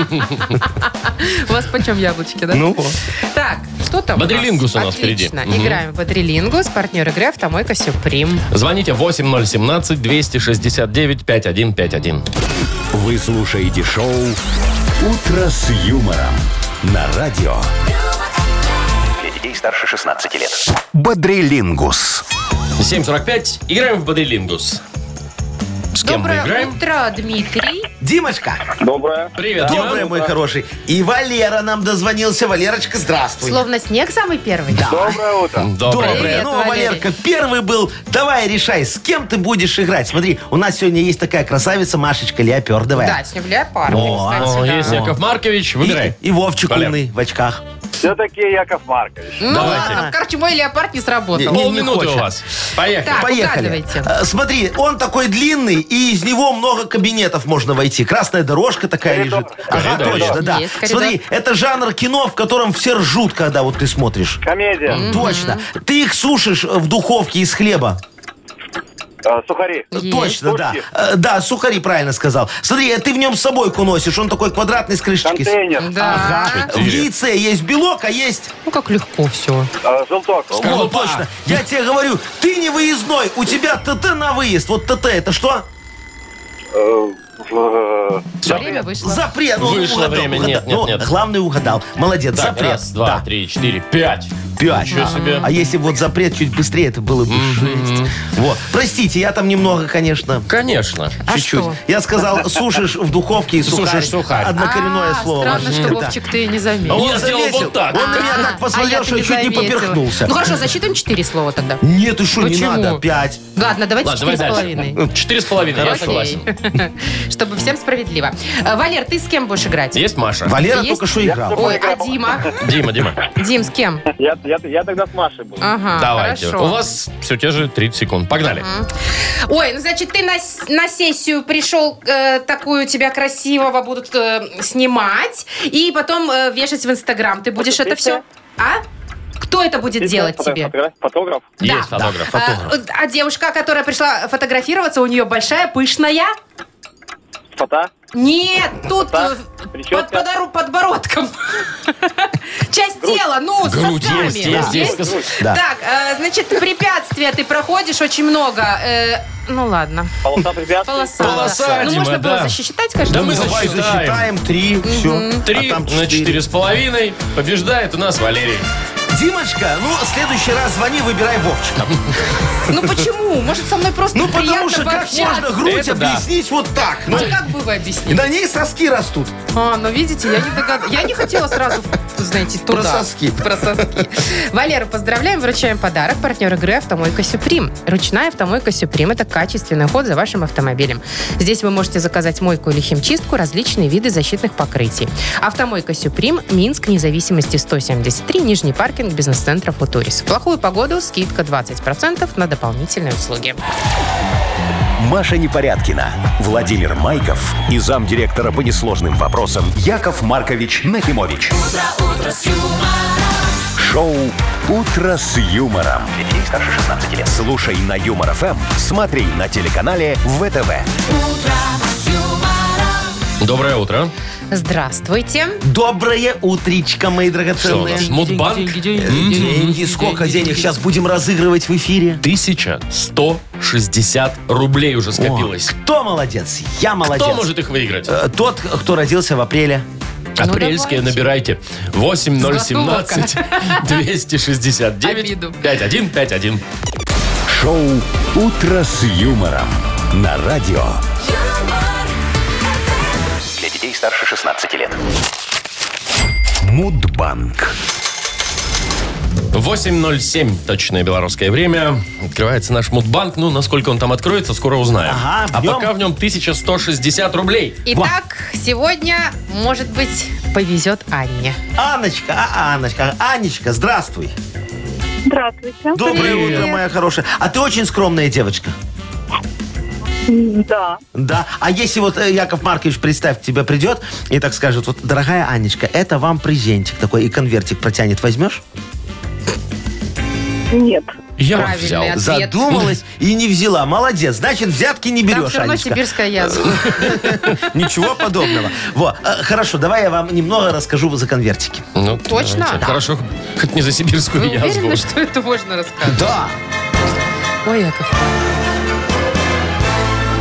Speaker 3: У вас почем яблочки, да?
Speaker 4: Ну,
Speaker 3: Так, что там
Speaker 2: Бодрилингус у нас
Speaker 3: Отлично.
Speaker 2: впереди.
Speaker 3: Играем в Бодрилингус. Партнер игры «Автомойка Сюприм».
Speaker 2: Звоните восемь ноль семнадцать двести шестьдесят девять пятьдесят один пятьдесят один.
Speaker 1: Вы слушаете шоу «Утро с юмором» на радио. Для детей старше шестнадцати лет. Бодрилингус.
Speaker 2: семь сорок пять. Играем в Бодрилингус. С кем
Speaker 3: Доброе
Speaker 2: мы играем?
Speaker 3: утро, Дмитрий.
Speaker 4: Димочка.
Speaker 5: Доброе.
Speaker 2: Привет, Дима.
Speaker 4: Добрый, мой хороший. И Валера нам дозвонился. Валерочка, здравствуй.
Speaker 3: Словно снег самый первый. Да.
Speaker 5: Доброе утро.
Speaker 2: Доброе.
Speaker 3: Привет,
Speaker 4: Ну,
Speaker 3: Валерий.
Speaker 4: Валерка, первый был. Давай, решай, с кем ты будешь играть. Смотри, у нас сегодня есть такая красавица Машечка Леопардовая.
Speaker 3: Да, с ним леопард,
Speaker 4: О,
Speaker 3: кстати,
Speaker 2: О,
Speaker 3: да.
Speaker 2: есть Яков Маркович, выбирай.
Speaker 4: И, и Вовчик
Speaker 2: Валер.
Speaker 4: умный в очках.
Speaker 5: Все-таки Яков Маркович.
Speaker 3: Ну
Speaker 2: Давайте.
Speaker 3: ладно, короче, мой леопард не сработал.
Speaker 4: Не- не
Speaker 2: Полминуты у
Speaker 4: хочет.
Speaker 2: вас. Поехали.
Speaker 3: Так,
Speaker 4: Поехали.
Speaker 3: угадывайте.
Speaker 4: Э, Смотри, он такой длинный, и из него много кабинетов можно войти. Красная дорожка такая
Speaker 5: Коридор.
Speaker 4: лежит. Ага,
Speaker 2: Коридор
Speaker 4: точно,
Speaker 2: есть.
Speaker 4: да.
Speaker 3: Есть коридор.
Speaker 4: Смотри, это жанр кино, в котором все ржут, когда вот ты смотришь.
Speaker 5: Комедия.
Speaker 4: Точно. Ты их сушишь в духовке из хлеба.
Speaker 5: Э, Сухари.
Speaker 3: Есть.
Speaker 4: Точно, да.
Speaker 5: Сушки.
Speaker 4: Э, Да, сухари, правильно сказал. Смотри, э, ты в нем с собой носишь. Он такой квадратный с крышечки.
Speaker 5: Контейнер.
Speaker 3: Да.
Speaker 4: Ага. В яйце есть белок, а есть...
Speaker 3: Ну как легко все.
Speaker 5: Э, Желток.
Speaker 4: Вот,
Speaker 2: Скорлупа.
Speaker 4: точно. Я тебе говорю, ты не выездной, у тебя ТТ на выезд. Вот ТТ это что?
Speaker 5: Э, э,
Speaker 3: Время вышло.
Speaker 4: Запрет. Ну,
Speaker 2: Вышло
Speaker 4: угадал,
Speaker 2: время.
Speaker 4: угадал.
Speaker 2: Нет, нет,
Speaker 4: Ну,
Speaker 2: нет.
Speaker 4: главный угадал. Молодец,
Speaker 2: Так,
Speaker 4: запрет.
Speaker 2: раз, два,
Speaker 4: Да.
Speaker 2: три, четыре, пять.
Speaker 4: Пять.
Speaker 2: Ничего себе.
Speaker 4: А если бы вот запрет чуть быстрее, это было бы шесть. Вот. Простите, я там немного, конечно,
Speaker 2: Конечно.
Speaker 3: А
Speaker 4: чуть-чуть.
Speaker 3: что?
Speaker 4: Я сказал, сушишь в духовке и сухарь.
Speaker 2: Сушишь сухарь.
Speaker 4: Однокоренное
Speaker 3: А,
Speaker 4: слово.
Speaker 3: странно,
Speaker 4: Машечка,
Speaker 3: что
Speaker 4: да.
Speaker 3: Вовчик ты не заметил.
Speaker 2: А он
Speaker 4: Он
Speaker 2: сделал
Speaker 4: заметил.
Speaker 2: вот так.
Speaker 4: Он на меня
Speaker 3: А,
Speaker 4: так посмотрел,
Speaker 3: а я-то
Speaker 4: что
Speaker 3: не
Speaker 4: чуть не
Speaker 3: заметила.
Speaker 4: поперхнулся.
Speaker 3: Ну хорошо, засчитаем четыре слова тогда.
Speaker 4: Нет, ты что, не
Speaker 3: Почему?
Speaker 4: надо. Пять.
Speaker 3: Ладно, давайте
Speaker 2: Ладно,
Speaker 3: четыре
Speaker 2: давай
Speaker 3: с
Speaker 2: дальше.
Speaker 3: половиной.
Speaker 2: Четыре с половиной, я согласен.
Speaker 3: Чтобы всем справедливо. Э, Валер, ты с кем будешь играть?
Speaker 2: Есть Маша?
Speaker 4: Валера
Speaker 3: Есть?
Speaker 4: только что играл.
Speaker 3: Ой, а Дима?
Speaker 2: Дима, Дима.
Speaker 3: Дим, с кем?
Speaker 5: Я, я, я тогда с Машей буду.
Speaker 3: Ага,
Speaker 2: Давайте.
Speaker 3: хорошо.
Speaker 2: У вас все те же тридцать секунд. Погнали.
Speaker 3: Ой, ну значит, ты на, с- на сессию пришел, э, такую тебя красивого будут э, снимать, и потом э, вешать в Инстаграм. Ты будешь это все... А? Кто это будет делать
Speaker 5: Фото-
Speaker 3: тебе?
Speaker 5: фотограф- Фотограф.
Speaker 3: Да.
Speaker 2: Есть фотограф.
Speaker 3: А, а девушка, которая пришла фотографироваться, у нее большая, пышная?
Speaker 5: Фото.
Speaker 3: Нет, тут
Speaker 5: Да.
Speaker 3: э,
Speaker 5: Прическа.
Speaker 3: под подору- подбородком. Часть тела, ну, с
Speaker 2: Грудь
Speaker 3: сосками.
Speaker 2: есть, есть, есть.
Speaker 4: Да.
Speaker 3: Так, э, значит, препятствия ты проходишь очень много. Э, ну ладно,
Speaker 5: Полоса препятствий.
Speaker 3: полоса.
Speaker 2: Полоса,
Speaker 3: Ну,
Speaker 2: Дима,
Speaker 3: можно было
Speaker 2: да.
Speaker 3: засчитать, конечно.
Speaker 2: Да мы
Speaker 3: но-
Speaker 4: Давай
Speaker 2: засчитаем.
Speaker 4: засчитаем три, все.
Speaker 2: Три на четыре с половиной. Побеждает у нас Валерий.
Speaker 4: Димочка, ну, в следующий раз звони, выбирай Вовчика.
Speaker 3: Ну почему? Может, со мной просто
Speaker 4: Ну, потому
Speaker 3: приятно
Speaker 4: что как
Speaker 3: пообщаться?
Speaker 4: можно грудь
Speaker 2: Это да.
Speaker 4: объяснить вот так? Ну,
Speaker 3: А как бы вы
Speaker 4: и
Speaker 3: объяснили?
Speaker 4: на ней соски растут.
Speaker 3: А, ну видите, я не догад... Я не хотела сразу, знаете, туда.
Speaker 4: Про соски.
Speaker 3: Про соски. Валеру поздравляем, вручаем подарок. Партнер игры «Автомойка Сюприм». Ручная «Автомойка Сюприм» — это качественный уход за вашим автомобилем. Здесь вы можете заказать мойку или химчистку, различные виды защитных покрытий. «Автомойка Сюприм», Минск, независимости сто семьдесят три, Нижний паркинг, бизнес-центр «Футурис». В плохую погоду скидка двадцать процентов на дополнительные услуги.
Speaker 1: Маша Непорядкина, Владимир Майков и замдиректора по несложным вопросам Яков Маркович Нахимович. Шоу «Утро с юмором». Для детей старше шестнадцати лет. Слушай на Юмор ФМ, смотри на телеканале ВТВ.
Speaker 2: Доброе утро.
Speaker 3: Здравствуйте.
Speaker 4: Доброе утречко, мои
Speaker 2: Что у
Speaker 4: драгоценные.
Speaker 2: нас? Мудбанк?
Speaker 4: Деньги, сколько денег сейчас будем разыгрывать в эфире?
Speaker 2: тысяча сто шестьдесят рублей уже скопилось.
Speaker 4: О, кто молодец? Я молодец.
Speaker 2: Кто может их выиграть?
Speaker 4: Э, Тот, кто родился в апреле.
Speaker 2: Апрельские
Speaker 3: давайте.
Speaker 2: набирайте. восемь ноль семнадцать двести шестьдесят девять
Speaker 3: Обиду.
Speaker 2: пятьдесят один пятьдесят один.
Speaker 1: Шоу «Утро с юмором» на радио. Для детей старше шестнадцати лет. Мудбанк.
Speaker 2: восемь ноль семь точное белорусское время. Открывается наш Мудбанк. Ну, насколько он там откроется, скоро узнаем.
Speaker 4: Ага, в
Speaker 2: а
Speaker 4: нем-
Speaker 2: пока в нем тысяча сто шестьдесят рублей.
Speaker 3: Итак, сегодня, может быть, повезет Анне.
Speaker 4: Анночка, а Анночка, Анечка, здравствуй.
Speaker 6: Здравствуйте.
Speaker 4: Доброе
Speaker 2: Привет.
Speaker 4: утро, моя хорошая. А ты очень скромная девочка.
Speaker 6: Да.
Speaker 4: Да. А если вот э, Яков Маркович, представь, к тебе придет и так скажет, вот, дорогая Анечка, это вам презентик такой, и конвертик протянет, возьмешь?
Speaker 6: Нет.
Speaker 2: Я вот
Speaker 3: Правильный
Speaker 2: взял.
Speaker 3: ответ.
Speaker 4: Задумалась и не взяла. Молодец. Значит, взятки не
Speaker 3: Там
Speaker 4: берешь,
Speaker 3: все равно
Speaker 4: Анечка.
Speaker 3: сибирская язва.
Speaker 4: Ничего подобного. Вот. э, Хорошо, давай я вам немного расскажу за конвертики.
Speaker 2: Ну,
Speaker 3: Точно?
Speaker 2: давайте.
Speaker 3: Да.
Speaker 2: Хорошо, хоть не за сибирскую
Speaker 3: Вы
Speaker 2: язву.
Speaker 3: уверены, что это можно рассказать?
Speaker 4: Да.
Speaker 3: Ой, Яков.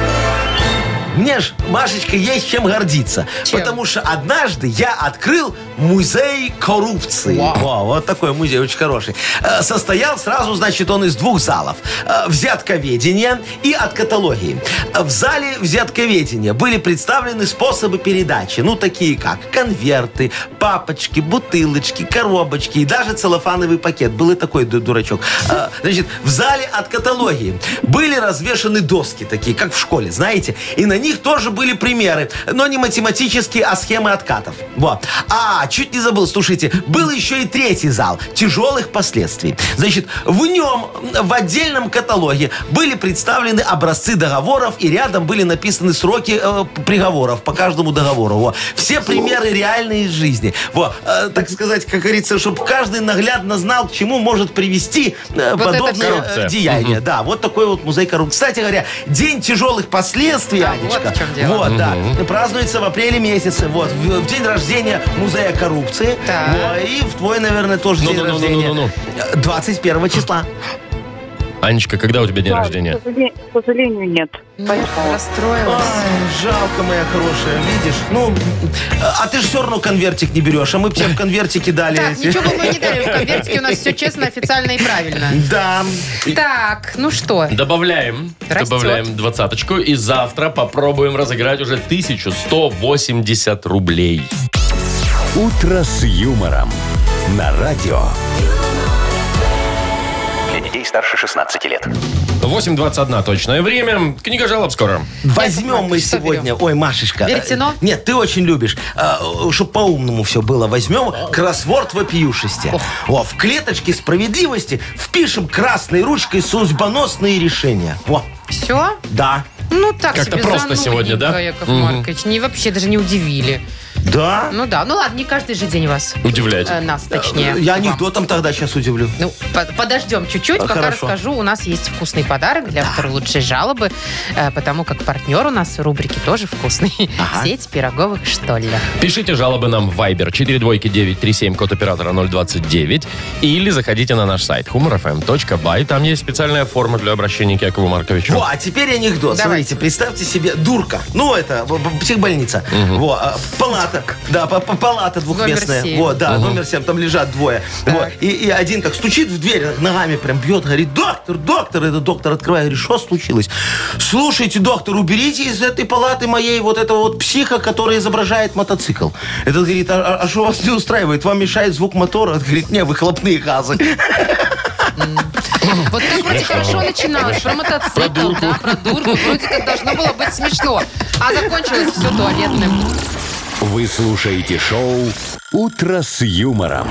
Speaker 4: Мне ж, Машечка, есть чем гордиться.
Speaker 3: Чем?
Speaker 4: Потому что однажды я открыл музей коррупции. Во, вот такой музей, очень хороший. Э, Состоял сразу, значит, он из двух залов. Э, Взятковедение и от каталогии. В зале взятковедения были представлены способы передачи. Ну, такие как конверты, папочки, бутылочки, коробочки и даже целлофановый пакет. Был и такой ду- дурачок. Э, Значит, в зале от каталогии были развешаны доски такие, как в школе, знаете. И на них тоже были примеры. Но не математические, а схемы откатов. Вот. А, чуть не забыл, слушайте, был еще и третий зал тяжелых последствий. Значит, в нем, в отдельном каталоге были представлены образцы договоров, и рядом были написаны сроки э, приговоров по каждому договору. Во. Все примеры реальные из жизни. Во. Э, так сказать, как говорится, чтобы каждый наглядно знал, к чему может привести э,
Speaker 3: Вот это
Speaker 4: подобное
Speaker 3: всё.
Speaker 4: э, деяние. Да, вот такой вот музей коррупции. Кстати говоря, День тяжелых последствий,
Speaker 3: А,
Speaker 4: Анечка,
Speaker 3: вот в чем дело.
Speaker 4: вот, да, празднуется в апреле месяце. Вот, в, в день рождения музея коррупции.
Speaker 3: Так.
Speaker 4: Во, и в твой, наверное, тоже день рождения.
Speaker 2: Ну-ну-ну-ну-ну-ну.
Speaker 4: двадцать первого числа.
Speaker 2: Анечка, когда у тебя день рождения?
Speaker 6: К сожалению, к сожалению, нет. Поэтому...
Speaker 3: Расстроилась.
Speaker 4: Ай, жалко, моя хорошая, видишь? Ну, а ты же все равно конвертик не берешь, а мы бы тебе в конвертике дали.
Speaker 3: Так,
Speaker 4: эти.
Speaker 3: ничего бы мы не дали. В конвертике у нас все честно, официально и правильно.
Speaker 4: Да.
Speaker 3: Так, ну что?
Speaker 2: Добавляем,
Speaker 3: Растет.
Speaker 2: добавляем двадцаточку, и завтра попробуем разыграть уже тысячу сто восемьдесят рублей.
Speaker 1: «Утро с юмором» на радио.
Speaker 7: Для детей старше шестнадцати лет.
Speaker 2: восемь двадцать один точное время. Книга жалоб скоро.
Speaker 4: Возьмем мы
Speaker 3: что
Speaker 4: сегодня...
Speaker 3: берем?
Speaker 4: Ой, Машечка.
Speaker 3: Веретено?
Speaker 4: э, Нет, ты очень любишь. Чтобы по-умному все было. Возьмем кроссворд вопиюшести. Во, в клеточке справедливости впишем красной ручкой судьбоносные решения. Во,
Speaker 3: Все?
Speaker 4: да.
Speaker 3: Ну, так
Speaker 2: Как-то
Speaker 3: себе
Speaker 2: просто сегодня, да?
Speaker 3: занудненько, Яков
Speaker 2: Мгм.
Speaker 3: Маркович. Не, вообще даже не удивили.
Speaker 4: Да?
Speaker 3: Ну да, ну ладно, не каждый же день вас.
Speaker 2: Удивлять.
Speaker 3: Э, нас, точнее.
Speaker 4: Я
Speaker 3: вам.
Speaker 4: анекдотом тогда сейчас удивлю.
Speaker 3: Ну, по- подождем чуть-чуть,
Speaker 4: А,
Speaker 3: пока
Speaker 4: хорошо.
Speaker 3: расскажу. У нас есть вкусный подарок для автора лучшей жалобы, э, потому как партнер у нас в рубрике тоже вкусный.
Speaker 4: Ага.
Speaker 3: Сеть пироговых «Штоллер».
Speaker 2: Пишите жалобы нам в Viber четыре двойки девять три семь, код оператора ноль двадцать девять. Или заходите на наш сайт humor эф эм точка бай. Там есть специальная форма для обращения к Якову Марковичу.
Speaker 4: Во, а теперь анекдот.
Speaker 3: Давайте.
Speaker 4: Смотрите, представьте себе дурка. Ну, это б- б- психбольница. Во, а, палата. Да, п- п- палата двухместная.
Speaker 3: Номер семь.
Speaker 4: Вот, да, номер семь. Там лежат двое.
Speaker 3: Так.
Speaker 4: Вот. И, и один так стучит в дверь, так ногами прям бьет, говорит: доктор, доктор. Этот доктор открывает, говорит: что случилось? Слушайте, доктор, уберите из этой палаты моей вот этого вот психа, который изображает мотоцикл. Этот говорит: а что вас не устраивает? Вам мешает звук мотора? Этот говорит: не, выхлопные газы.
Speaker 3: Вот так вроде хорошо начиналось. Про мотоцикл, да, про дурку. Вроде как должно было быть смешно. А закончилось все туалетным.
Speaker 1: Вы слушаете шоу «Утро с юмором»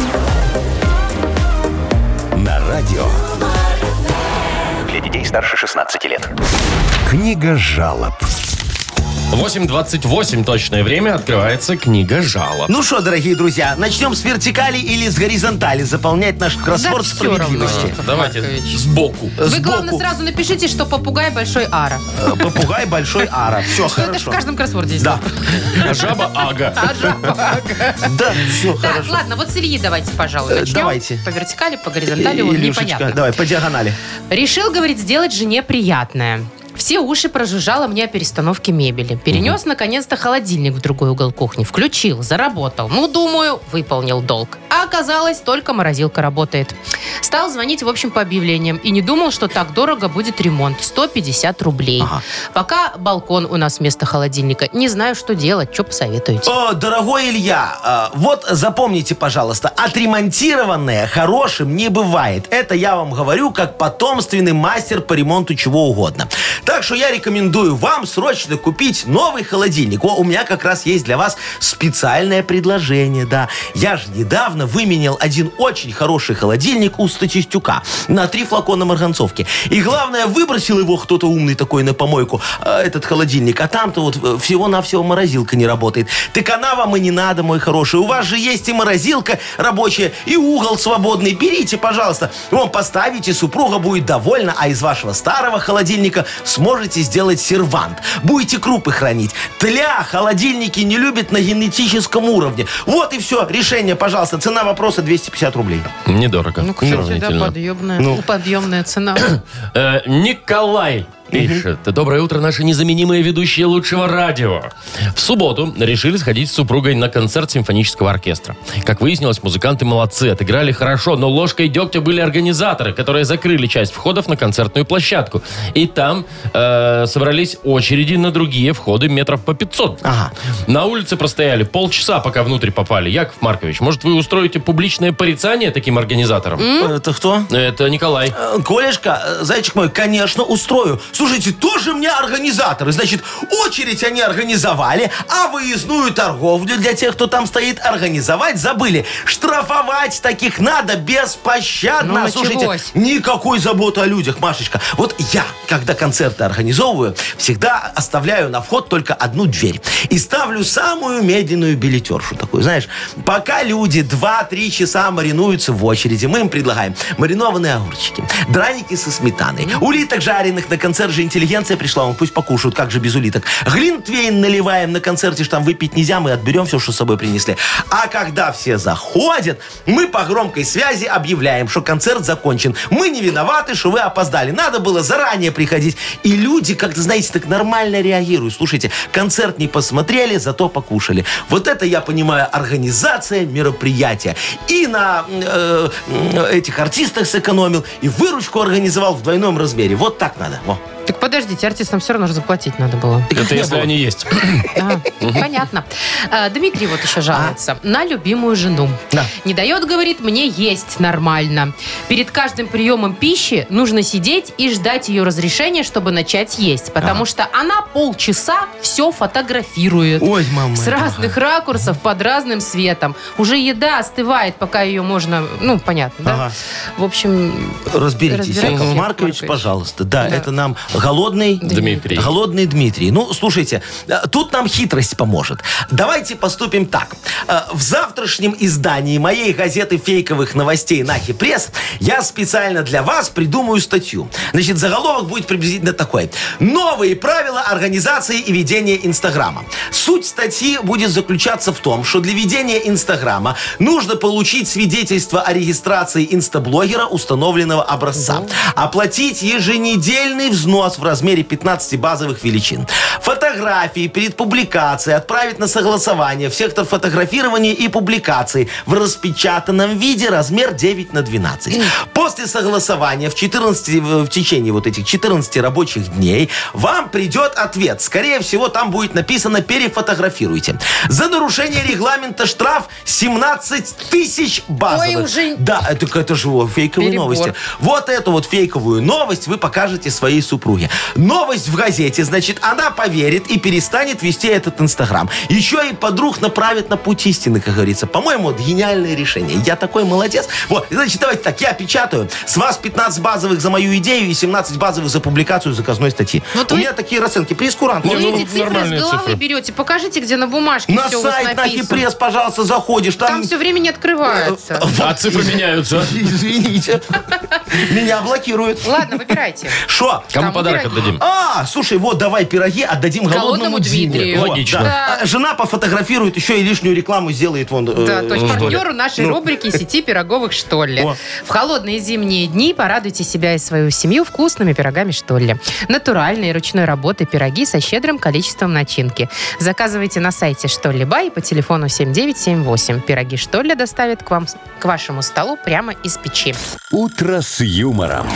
Speaker 1: на радио.
Speaker 7: Для детей старше шестнадцати лет.
Speaker 1: Книга жалоб.
Speaker 2: восемь двадцать восемь точное время. Открывается книга жалоб.
Speaker 4: Ну что, дорогие друзья, начнем с вертикали или с горизонтали заполнять наш кроссворд
Speaker 3: Да всё равно.
Speaker 4: справедливости.
Speaker 3: Яков
Speaker 2: Давайте
Speaker 3: Маркович.
Speaker 2: сбоку.
Speaker 3: Вы,
Speaker 4: Сбоку.
Speaker 3: главное, сразу напишите, что попугай большой ара.
Speaker 4: Э, Попугай большой ара. Все
Speaker 3: Что это же в
Speaker 4: хорошо.
Speaker 3: каждом кроссворде есть.
Speaker 4: Да,
Speaker 2: А жаба ага.
Speaker 3: А жаба.
Speaker 4: да, все
Speaker 3: Так,
Speaker 4: хорошо.
Speaker 3: ладно, вот с Ильи давайте, пожалуй,
Speaker 4: Э,
Speaker 3: начнем.
Speaker 4: давайте.
Speaker 3: По вертикали, по горизонтали, вот
Speaker 4: Илюшечка,
Speaker 3: непонятно.
Speaker 4: давай, по диагонали.
Speaker 3: Решил, говорит, сделать жене приятное. Все уши прожужжало мне о перестановке мебели. Перенес, наконец-то, холодильник в другой угол кухни. Включил, заработал. Ну, думаю, выполнил долг. А оказалось, только морозилка работает. Стал звонить, в общем, по объявлениям. И не думал, что так дорого будет ремонт. сто пятьдесят рублей.
Speaker 4: Ага.
Speaker 3: Пока балкон у нас вместо холодильника. Не знаю, что делать. Что посоветуете?
Speaker 4: О, дорогой Илья, э, вот запомните, пожалуйста, отремонтированное хорошим не бывает. Это я вам говорю как потомственный мастер по ремонту чего угодно. Так что я рекомендую вам срочно купить новый холодильник. О, у меня как раз есть для вас специальное предложение, да. Я же недавно выменял один очень хороший холодильник у Статистюка на три флакона марганцовки. И главное, выбросил его кто-то умный такой на помойку, э, этот холодильник. А там-то вот э, всего-навсего морозилка не работает. Так она вам и не надо, мой хороший. У вас же есть и морозилка рабочая, и угол свободный. Берите, пожалуйста. Вон, поставите, супруга будет довольна, а из вашего старого холодильника сможете сделать сервант. Будете крупы хранить. Тля холодильники не любят на генетическом уровне. Вот и все. Решение, пожалуйста. Цена вопроса двести пятьдесят рублей.
Speaker 2: Недорого.
Speaker 3: Ну, кстати, да,
Speaker 2: Сравнительно.
Speaker 3: подъемная,
Speaker 4: Ну.
Speaker 3: подъемная цена.
Speaker 2: Э, Николай Пишет. Доброе утро, наши незаменимые ведущие лучшего радио. В субботу решили сходить с супругой на концерт симфонического оркестра. Как выяснилось, музыканты молодцы, отыграли хорошо, но ложкой дегтя были организаторы, которые закрыли часть входов на концертную площадку. И там э, собрались очереди на другие входы метров по пятьсот.
Speaker 4: Ага.
Speaker 2: На улице простояли полчаса, пока внутрь попали. Яков Маркович, может, вы устроите публичное порицание таким организаторам?
Speaker 4: Это кто?
Speaker 2: Это Николай.
Speaker 4: Э, Колешка, э, зайчик мой, конечно, устрою. Слушайте, тоже мне организаторы. Значит, очередь они организовали, а выездную торговлю для тех, кто там стоит, организовать забыли. Штрафовать таких надо беспощадно.
Speaker 3: Ну,
Speaker 4: Слушайте,
Speaker 3: началось.
Speaker 4: никакой заботы о людях, Машечка. Вот я, когда концерты организовываю, всегда оставляю на вход только одну дверь. И ставлю самую медленную билетершу такую, знаешь. Пока люди два-три часа маринуются в очереди, мы им предлагаем маринованные огурчики, драники со сметаной, улиток жареных. На концерт же интеллигенция пришла, он пусть покушают, как же без улиток. Глинтвейн наливаем на концерте, что там выпить нельзя, мы отберем все, что с собой принесли. А когда все заходят, мы по громкой связи объявляем, что концерт закончен. Мы не виноваты, что вы опоздали. Надо было заранее приходить. И люди, как-то, знаете, так нормально реагируют. Слушайте, концерт не посмотрели, зато покушали. Вот это, я понимаю, организация мероприятия. И на э, э, этих артистах сэкономил, и выручку организовал в двойном размере. Вот так надо. Во.
Speaker 3: Так подождите, артистам все равно же заплатить надо было.
Speaker 2: Это если они есть.
Speaker 3: Ага, понятно. А, Дмитрий вот еще жалуется на любимую жену.
Speaker 4: Да.
Speaker 3: Не дает, говорит, мне есть нормально. Перед каждым приемом пищи нужно сидеть и ждать ее разрешения, чтобы начать есть. Потому что она полчаса все фотографирует.
Speaker 4: Ой, мама.
Speaker 3: С разных ракурсов, под разным светом. Уже еда остывает, пока ее можно... Ну, понятно, да?
Speaker 4: Ага.
Speaker 3: В общем...
Speaker 4: Разберитесь,
Speaker 3: разбирайтесь,
Speaker 4: Яков
Speaker 3: Яков
Speaker 4: Маркович,
Speaker 3: Маркович.
Speaker 4: пожалуйста. Да,
Speaker 3: Да.
Speaker 4: это нам голодный
Speaker 2: Дмитрий.
Speaker 4: Голодный Дмитрий. Ну, слушайте, э, тут нам хитрость поможет. Давайте поступим так. Э, В завтрашнем издании моей газеты фейковых новостей «Нахи Пресс» я специально для вас придумаю статью. Значит, заголовок будет приблизительно такой. Новые правила организации и ведения Инстаграма. Суть статьи будет заключаться в том, что для ведения Инстаграма нужно получить свидетельство о регистрации инстаблогера установленного образца. Оплатить еженедельный взнос в размере пятнадцати базовых величин. Фотографии перед публикацией отправить на согласование в сектор фотографирования и публикации в распечатанном виде размер девять на двенадцать. После согласования в, четырнадцати, в течение вот этих четырнадцати рабочих дней вам придет ответ. Скорее всего, там будет написано «перефотографируйте». За нарушение регламента штраф семнадцать тысяч базовых.
Speaker 3: Ой, уже...
Speaker 4: Да, это, это же вот, фейковые
Speaker 3: Перебор.
Speaker 4: новости. Вот эту вот фейковую новость вы покажете своей супруге. Новость в газете, значит, она поверит и перестанет вести этот Инстаграм. Еще и подруг направит на путь истины, как говорится. По-моему, вот гениальное решение. Я такой молодец. Вот, значит, давайте так, я печатаю. С вас пятнадцать базовых за мою идею и семнадцать базовых за публикацию заказной статьи.
Speaker 3: Вот
Speaker 4: У
Speaker 3: вы-
Speaker 4: меня такие расценки. Прескурант.
Speaker 3: Вы
Speaker 2: Не, ну,
Speaker 3: эти цифры с
Speaker 2: нормальные
Speaker 3: головы
Speaker 2: цифры.
Speaker 3: берете. Покажите, где на бумажке
Speaker 4: На
Speaker 3: все у вас
Speaker 4: сайт Нахи
Speaker 3: написано.
Speaker 4: Пресс, пожалуйста, заходишь. Там,
Speaker 3: Там все время не открывается.
Speaker 2: А цифры меняются.
Speaker 4: Извините. Меня блокируют.
Speaker 3: Ладно, выбирайте.
Speaker 4: Шо?
Speaker 2: Кому
Speaker 3: Там
Speaker 2: подарок
Speaker 3: пироги.
Speaker 2: отдадим?
Speaker 4: А, слушай, вот давай пироги отдадим голодному,
Speaker 3: Голодному
Speaker 4: Диме.
Speaker 3: Дмитрию.
Speaker 4: Вот,
Speaker 2: Логично.
Speaker 4: да. А жена пофотографирует, еще и лишнюю рекламу сделает. Вон, э,
Speaker 3: Да, то есть
Speaker 4: что ли.
Speaker 3: партнеру нашей
Speaker 4: Ну.
Speaker 3: рубрики сети пироговых «Штолле».
Speaker 4: О.
Speaker 3: В холодные зимние дни порадуйте себя и свою семью вкусными пирогами «Штолле». Натуральные ручной работы пироги со щедрым количеством начинки. Заказывайте на сайте «Штолле Бай» по телефону семь девять семь восемь. Пироги «Штолле» доставят к вам, к вашему столу прямо из печи.
Speaker 1: «Утро с юмором».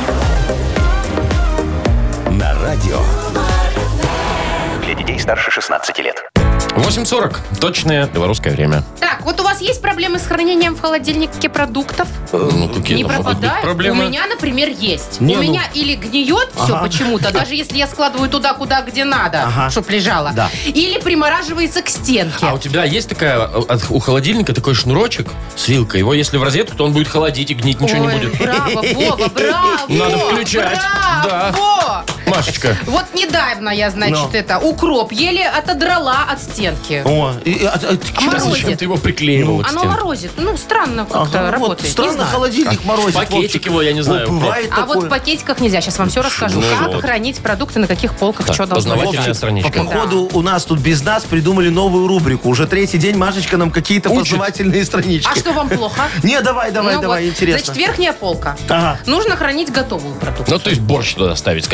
Speaker 1: На радио.
Speaker 7: Для детей старше шестнадцати лет.
Speaker 2: восемь сорок. Точное белорусское время.
Speaker 3: Так, вот у вас есть проблемы с хранением в холодильнике продуктов?
Speaker 2: Ну, какие
Speaker 3: Не
Speaker 2: там могут быть
Speaker 3: пропадает?
Speaker 2: проблемы?
Speaker 3: У меня, например, есть.
Speaker 4: Не,
Speaker 3: у
Speaker 4: ну-
Speaker 3: меня или гниет все
Speaker 4: Ага.
Speaker 3: почему-то, даже если я складываю туда, куда, где надо,
Speaker 4: Ага.
Speaker 3: чтоб лежало.
Speaker 4: Да.
Speaker 3: Или примораживается к стенке.
Speaker 2: А у тебя есть такая, от- у холодильника такой шнурочек с вилкой? Его если в розетку, то он будет холодить и гнить, ничего
Speaker 3: Ой,
Speaker 2: не будет.
Speaker 3: браво, Вова, браво!
Speaker 2: Надо включать.
Speaker 3: Браво!
Speaker 2: Машечка.
Speaker 3: Вот недавно я, значит,
Speaker 4: Ну.
Speaker 3: это, укроп еле отодрала от стенки.
Speaker 4: О, и- и- а- а ты к чему?
Speaker 3: Морозит.
Speaker 2: Зачем ты его приклеивал к
Speaker 3: Оно
Speaker 2: стенке?
Speaker 3: морозит. Ну, странно как-то
Speaker 4: Ага, вот
Speaker 3: работает. Не
Speaker 4: странно
Speaker 3: знаю.
Speaker 4: холодильник морозит.
Speaker 2: Пакетик
Speaker 4: Вовчик.
Speaker 2: его, я не знаю.
Speaker 4: О, бывает
Speaker 3: А
Speaker 4: такое.
Speaker 3: вот в пакетиках нельзя. Сейчас вам все расскажу.
Speaker 2: Ну
Speaker 3: как
Speaker 2: вот.
Speaker 3: хранить продукты, на каких полках,
Speaker 2: Так,
Speaker 3: что должно быть.
Speaker 2: познавательная
Speaker 4: Вовчик,
Speaker 2: страничка.
Speaker 4: По походу у нас тут без нас придумали новую рубрику. Уже третий день Машечка нам какие-то
Speaker 2: Учит.
Speaker 4: познавательные странички.
Speaker 3: А что вам плохо?
Speaker 4: Не, давай, давай,
Speaker 3: Ну
Speaker 4: давай,
Speaker 3: вот.
Speaker 4: интересно.
Speaker 3: Значит, верхняя полка.
Speaker 4: Ага.
Speaker 3: Нужно хранить готовую продукцию.
Speaker 2: Ну, то есть борщ туда ставить с котлетами.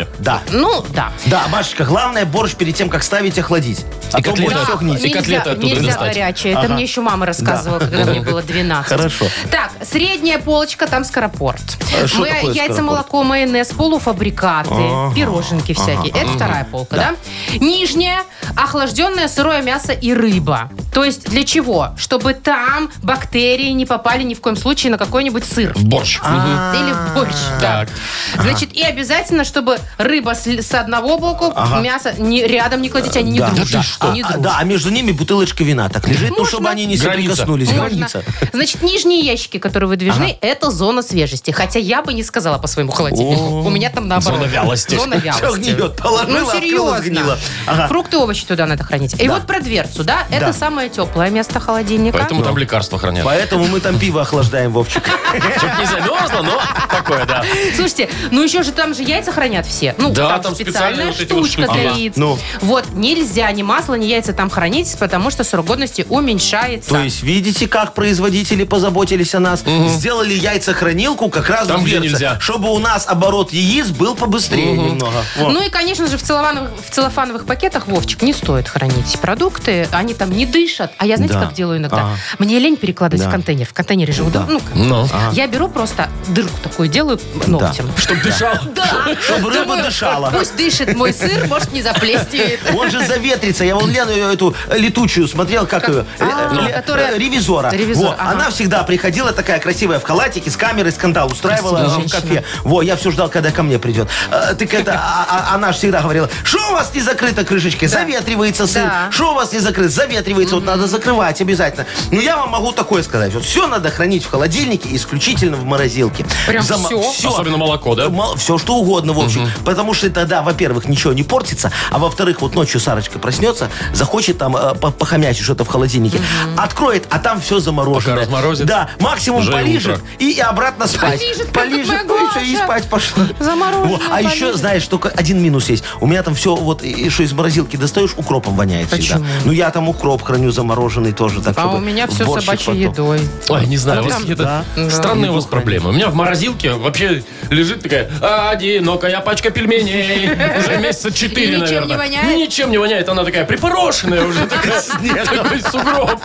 Speaker 4: Да.
Speaker 3: Ну, да.
Speaker 4: Да, Машечка, главное борщ перед тем, как ставить, охладить. А
Speaker 2: И
Speaker 4: то
Speaker 2: котлеты.
Speaker 4: будет все гнить.
Speaker 2: И котлеты оттуда
Speaker 3: нельзя
Speaker 2: достать.
Speaker 3: горячее. Это
Speaker 4: Ага.
Speaker 3: мне еще мама рассказывала, когда мне было двенадцать.
Speaker 4: Хорошо.
Speaker 3: Так, средняя полочка, там скоропорт.
Speaker 4: А что
Speaker 3: Мы-
Speaker 4: такое
Speaker 3: Яйца,
Speaker 4: скоропорт?
Speaker 3: молоко, майонез, полуфабрикаты,
Speaker 4: Ага.
Speaker 3: пироженки всякие. Это вторая полка, да? Нижняя – охлажденное сырое мясо и рыба. То есть для чего? Чтобы там бактерии не попали ни в коем случае на какой-нибудь сыр.
Speaker 2: В борщ.
Speaker 4: А.
Speaker 3: Или в борщ, да. Значит, и обязательно, чтобы рыба с, с одного боку,
Speaker 4: Ага.
Speaker 3: мясо не, рядом не кладите, они не
Speaker 4: Да.
Speaker 3: дружат.
Speaker 4: А,
Speaker 3: Не
Speaker 4: а,
Speaker 3: дружат.
Speaker 4: да, а между ними бутылочка вина так лежит, ну,
Speaker 3: Можно.
Speaker 4: чтобы они не
Speaker 2: Граница.
Speaker 4: соприкоснулись.
Speaker 3: Можно.
Speaker 4: Граница.
Speaker 3: Значит, нижние ящики, которые выдвижны, это зона свежести. Хотя я бы не сказала по своему холодильнику.
Speaker 4: О.
Speaker 3: У меня там наоборот.
Speaker 2: Зона вялости.
Speaker 3: Зона
Speaker 4: Все
Speaker 3: вялости.
Speaker 4: гниет. Положила,
Speaker 3: Ну,
Speaker 4: открыла,
Speaker 3: серьезно.
Speaker 4: сгнила. Ага.
Speaker 3: Фрукты, овощи туда надо хранить. И
Speaker 4: Да.
Speaker 3: вот про дверцу, да? Это
Speaker 4: Да.
Speaker 3: самое теплое место холодильника.
Speaker 2: Поэтому там лекарства хранят.
Speaker 4: Поэтому мы там пиво охлаждаем, Вовчик.
Speaker 2: Чтоб не замерзло, но такое, да.
Speaker 3: Слушайте, ну еще же там же яйца хранят все. Ну,
Speaker 2: Да,
Speaker 3: там,
Speaker 2: там
Speaker 3: специальная
Speaker 2: специальные вот эти вот
Speaker 3: штучка
Speaker 2: штуки
Speaker 3: для
Speaker 2: есть.
Speaker 3: яиц.
Speaker 4: Ну.
Speaker 3: Вот, нельзя ни масло, ни яйца там хранить, потому что срок годности уменьшается.
Speaker 4: То есть, видите, как производители позаботились о нас? Сделали яйцехранилку как раз
Speaker 2: Там,
Speaker 4: в
Speaker 2: где
Speaker 4: дверце,
Speaker 2: нельзя.
Speaker 4: чтобы у нас оборот яиц был побыстрее немного. Вот.
Speaker 3: Ну и, конечно же, в целлофановых, в целлофановых пакетах, Вовчик, не стоит хранить продукты. Они там не дышат. А я, знаете,
Speaker 4: Да.
Speaker 3: как делаю иногда?
Speaker 4: Ага.
Speaker 3: Мне лень перекладывать
Speaker 4: Да.
Speaker 3: в контейнер. В контейнере же удобно. Ну, как?
Speaker 2: Ну.
Speaker 3: Я беру просто дырку такую, делаю ногтем.
Speaker 2: Чтоб дышал.
Speaker 3: Да.
Speaker 4: Чтобы рыба
Speaker 3: Думаю,
Speaker 4: дышала.
Speaker 3: Пусть дышит мой сыр, может, не заплесневеет.
Speaker 4: Он же заветрится. Я вон Лену эту э, летучую смотрел, как ее?
Speaker 3: А,
Speaker 4: Ле-
Speaker 3: которая-
Speaker 4: э, Ревизора.
Speaker 3: Ревизор,
Speaker 4: Во,
Speaker 3: ага.
Speaker 4: Она всегда приходила такая красивая в халатике, с камерой, скандал устраивала
Speaker 3: Красивая
Speaker 4: в
Speaker 3: женщина.
Speaker 4: кафе. Во, я все ждал, когда ко мне придет. Э, Так это, а- а- она же всегда говорила, что у вас не закрыто крышечкой? Заветривается сыр.
Speaker 3: Да.
Speaker 4: Что у вас не закрыто? Заветривается. Вот надо закрывать обязательно. Ну, я вам могу такое сказать. Вот все надо хранить в холодильнике, исключительно в морозилке.
Speaker 3: Прям
Speaker 4: Зама-
Speaker 3: всё?
Speaker 4: всё.
Speaker 2: Особенно молоко, да?
Speaker 4: Все, что угодно, в общем. Потому что тогда, во-первых, ничего не портится, а во-вторых, вот ночью Сарочка проснется, захочет там э, по- похомячить что-то в холодильнике, откроет, а там все замороженное.
Speaker 2: Пока разморозит.
Speaker 4: Да, максимум
Speaker 2: Уже
Speaker 4: полижет
Speaker 2: утро.
Speaker 4: и, и обратно спать.
Speaker 3: Полижет, как
Speaker 4: Полижет,
Speaker 3: моя
Speaker 4: ну и всё, и
Speaker 3: Глаша.
Speaker 4: спать пошла.
Speaker 3: Замороженное
Speaker 4: Во, А еще,
Speaker 3: полижет.
Speaker 4: знаешь, только один минус есть. У меня там все, вот, и, что из морозилки достаешь, укропом воняет всегда.
Speaker 3: Почему?
Speaker 4: Ну, я там укроп храню замороженный тоже. Так,
Speaker 3: А
Speaker 4: чтобы
Speaker 3: у меня
Speaker 4: в
Speaker 3: все
Speaker 4: борщик
Speaker 3: собачьей
Speaker 4: потом.
Speaker 3: едой.
Speaker 2: Ой, не знаю,
Speaker 3: А
Speaker 2: у вас
Speaker 3: там-
Speaker 2: какие-то
Speaker 4: да.
Speaker 2: странные у вас
Speaker 4: Еду
Speaker 2: проблемы. У меня в морозилке вообще лежит такая одинокая пачка пельменей. Уже месяца четыре,
Speaker 3: И ничем
Speaker 2: наверное.
Speaker 3: не воняет?
Speaker 2: Ничем не воняет. Она такая припорошенная уже. Такая, такой сугроб.